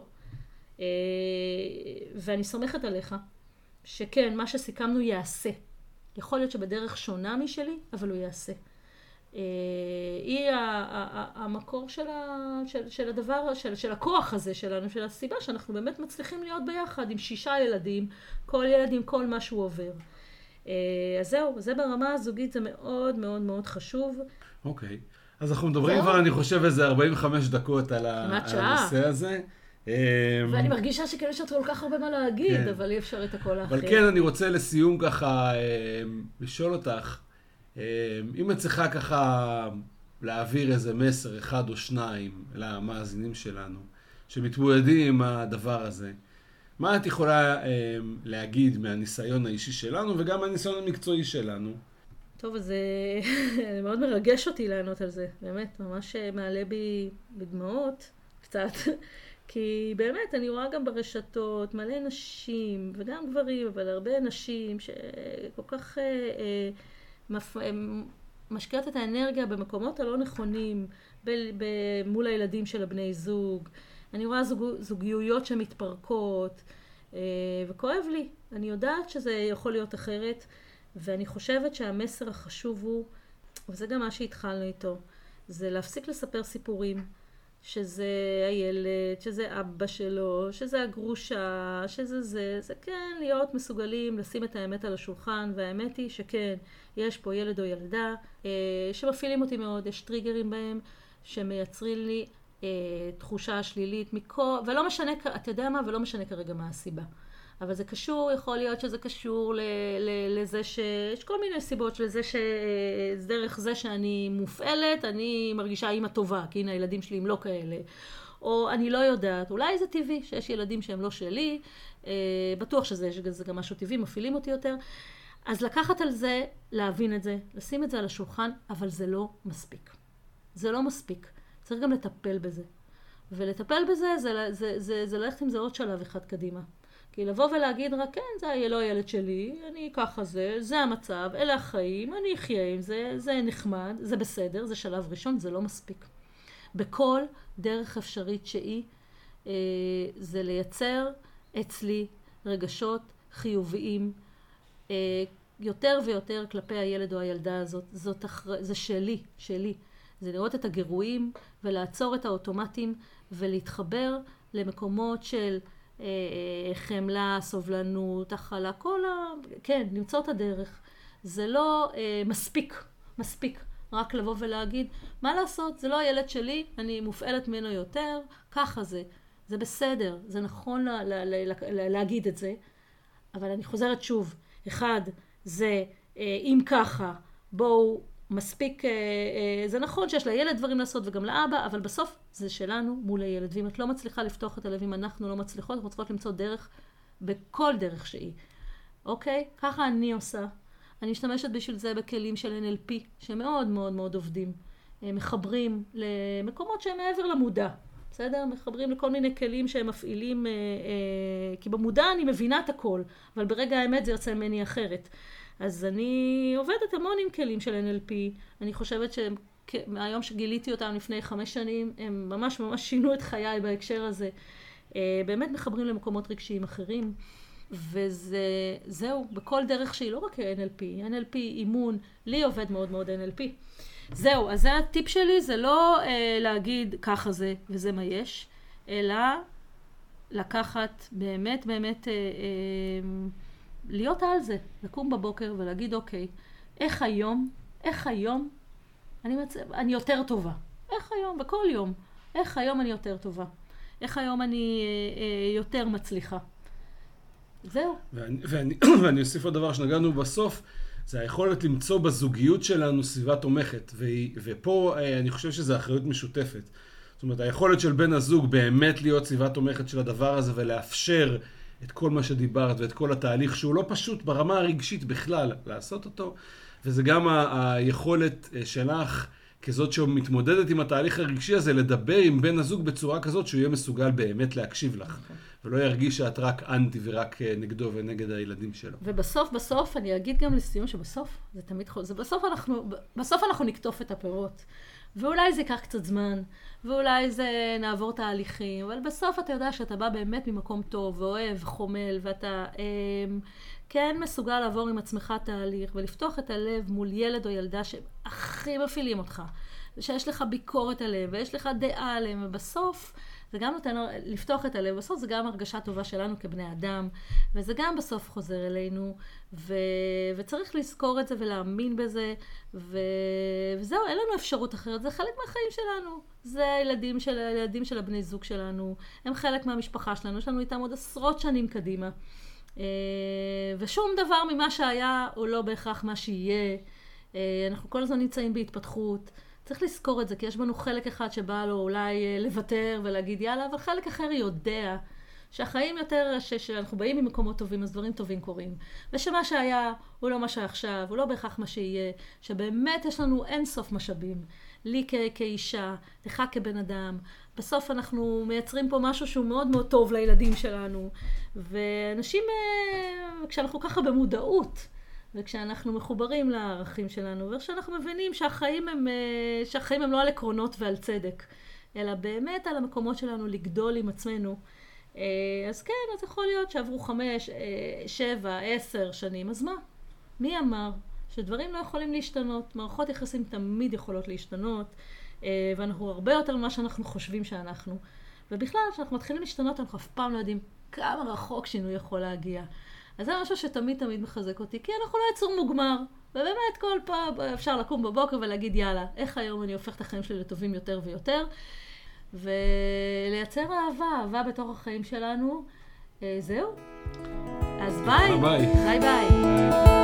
ואני סומכת עליך, שכן, מה שסיכמנו יעשה. יכול להיות שבדרך שונה משלי, אבל הוא יעשה. היא המקור של הדבר, של הכוח הזה שלנו, של הסיבה שאנחנו באמת מצליחים להיות ביחד עם 6 ילדים, כל ילד עם כל מה שהוא עובר. אז זהו, זה ברמה הזוגית, זה מאוד מאוד מאוד חשוב. אוקיי, אז אנחנו מדברים כבר, אני חושב, איזה 45 דקות על הנושא הזה. ואני מרגישה שכאלה שאת כל כך הרבה מה להגיד, אבל אי אפשר את הכל האחר. אבל כן, אני רוצה לסיום ככה לשאול אותך, אם את צריכה ככה להעביר איזה מסר אחד או שניים למאזינים שלנו, שמתמודדים עם הדבר הזה, מה את יכולה להגיד מהניסיון האישי שלנו וגם מהניסיון המקצועי שלנו? טוב, אז זה מאוד מרגש אותי לענות על זה, באמת, ממש מעלה בי בדמעות קצת, כי באמת אני רואה גם ברשתות מלא נשים וגם גברים, אבל הרבה נשים שכל כך משקיעות את האנרגיה במקומות הלא נכונים, מול הילדים של הבני זוג. אני רואה זוגיות שמתפרקות, וכואב לי. אני יודעת שזה יכול להיות אחרת, ואני חושבת שהמסר החשוב הוא, וזה גם מה שהתחלנו איתו, זה להפסיק לספר סיפורים, שזה הילד, שזה אבא שלו, שזה הגרושה, זה כן להיות מסוגלים לשים את האמת על השולחן, והאמת היא שכן, יש פה ילד או ילדה שמפעילים אותי מאוד, יש טריגרים בהם שמייצרים לי תחושה שלילית ולא משנה, אתה יודע מה, ולא משנה כרגע מה הסיבה. אבל זה קשור, יכול להיות שזה קשור לזה שיש כל מיני סיבות לזה שדרך זה שאני מופעלת, אני מרגישה אימא טובה, כי הנה הילדים שלי הם לא כאלה. או אני לא יודעת, אולי זה טבעי שיש ילדים שהם לא שלי, בטוח שזה גם משהו טבעי, מפעילים אותי יותר. אז לקחת על זה, להבין את זה, לשים את זה על השולחן, אבל זה לא מספיק. זה לא מספיק. צריך גם לטפל בזה. ולטפל בזה זה ללכת עם זה עוד שלב אחד קדימה. כי לבוא ולהגיד רק, כן, זה לא הילד שלי, אני ככה זה המצב, אלה החיים, אני אחיה עם זה, זה נחמד, זה בסדר, זה שלב ראשון, זה לא מספיק. בכל דרך אפשרית שהיא, זה לייצר אצלי רגשות חיוביים, יותר ויותר כלפי הילד או הילדה הזאת. זה שלי. זה לראות את הגירויים ולעצור את האוטומטים ולהתחבר למקומות של חמלה, סובלנות, הכלה, כן, למצוא את הדרך. זה לא מספיק רק לבוא ולהגיד, מה לעשות, זה לא הילד שלי, אני מופעלת ממנו יותר, ככה זה בסדר, זה נכון להגיד את זה, אבל אני חוזרת שוב, אחד, זה אם ככה, בואו, מספיק, זה נכון שיש לילד דברים לעשות וגם לאבא, אבל בסוף זה שלנו מול הילד. ואם את לא מצליחה לפתוח את הלב, אם אנחנו לא מצליחות, אנחנו צריכות למצוא דרך, בכל דרך שהיא. אוקיי? ככה אני עושה. אני משתמשת בשביל זה בכלים של NLP, שמאוד מאוד מאוד עובדים. מחברים למקומות שהם מעבר למודע. בסדר? מחברים לכל מיני כלים שהם מפעילים, כי במודע אני מבינה את הכל, אבל ברגע האמת זה יוצא ממני אחרת. אז אני עובדת המון עם כלים של NLP. אני חושבת שהיום שגיליתי אותם לפני 5 שנים, הם ממש ממש שינו את חיי בהקשר הזה. באמת מחברים למקומות רגשיים אחרים. וזהו, בכל דרך שהיא לא רק NLP, אימון, לי עובד מאוד מאוד NLP. זהו, אז זה הטיפ שלי, זה לא להגיד ככה זה וזה מה יש, אלא לקחת באמת להיות על זה, לקום בבוקר ולהגיד אוקיי, איך היום אני יותר טובה, איך היום, בכל יום, איך היום אני יותר טובה, איך היום אני יותר מצליחה. זהו. ואני אוסיף עוד דבר שנגענו בסוף, זה היכולת למצוא בזוגיות שלנו סביבה תומכת, ופה אני חושב שזה אחריות משותפת. זאת אומרת, היכולת של בן הזוג באמת להיות סביבה תומכת של הדבר הזה, ולאפשר את כל מה שדיברת, ואת כל התהליך שהוא לא פשוט ברמה הרגשית בכלל לעשות אותו, וזה גם היכולת שלך, כזאת שמתמודדת עם התהליך הרגשי הזה, לדבר עם בן הזוג בצורה כזאת שהוא יהיה מסוגל באמת להקשיב לך. ולא ירגיש שאת רק אנטי ורק נגדו ונגד הילדים שלו. ובסוף אני אגיד גם לסיום שבסוף, זה תמיד בסוף אנחנו נקטוף את הפירות. ואולי זה ייקח קצת זמן, ואולי זה נעבור תהליכים, אבל בסוף אתה יודע שאתה בא באמת ממקום טוב, ואוהב, חומל, ואתה כן מסוגל לעבור עם עצמך תהליך, ולפתוח את הלב מול ילד או ילדה שהכי מפעילים אותך, ושיש לך ביקורת עליהם, ויש לך דעה עליהם, ובסוף זה גם נותן לפתוח את הלב, בסוף זה גם הרגשה טובה שלנו כבני אדם, וזה גם בסוף חוזר אלינו, וצריך לזכור את זה ולהאמין בזה, וזהו, אין לנו אפשרות אחרת, זה חלק מהחיים שלנו, זה הילדים של הבני זוג שלנו, הם חלק מהמשפחה שלנו, יש לנו איתם עוד עשרות שנים קדימה, ושום דבר ממה שהיה הוא לא בהכרח מה שיהיה, אנחנו כל הזמן נמצאים בהתפתחות, צריך לזכור את זה, כי יש בנו חלק אחד שבא לו אולי לוותר ולהגיד יאללה, אבל חלק אחר יודע שהחיים יותר, שאנחנו באים ממקומות טובים, אז דברים טובים קורים. ושמה שהיה הוא לא מה שעכשיו, הוא לא בהכרח מה שיהיה, שבאמת יש לנו אין סוף משאבים. לי כאישה, לך כבן אדם. בסוף אנחנו מייצרים פה משהו שהוא מאוד מאוד טוב לילדים שלנו. ואנשים, כשאנחנו ככה במודעות, וכשאנחנו מחוברים לערכים שלנו, וכשאנחנו מבינים שהחיים הם לא על עקרונות ועל צדק, אלא באמת על המקומות שלנו לגדול עם עצמנו, אז כן, אז יכול להיות שעברו 5, 7, 10 שנים, אז מה? מי אמר שדברים לא יכולים להשתנות? מערכות יחסים תמיד יכולות להשתנות, ואנחנו הרבה יותר ממה שאנחנו חושבים שאנחנו. ובכלל, כשאנחנו מתחילים להשתנות, אנחנו אף פעם לא יודעים כמה רחוק שינוי יכול להגיע. אז זה משהו שתמיד מחזק אותי, כי אנחנו לא יצור מוגמר. ובאמת כל פעם אפשר לקום בבוקר ולהגיד יאללה, איך היום אני הופך את החיים שלי לטובים יותר ויותר, ולייצר אהבה בתוך החיים שלנו. זהו. אז ביי. ביי. ביי ביי.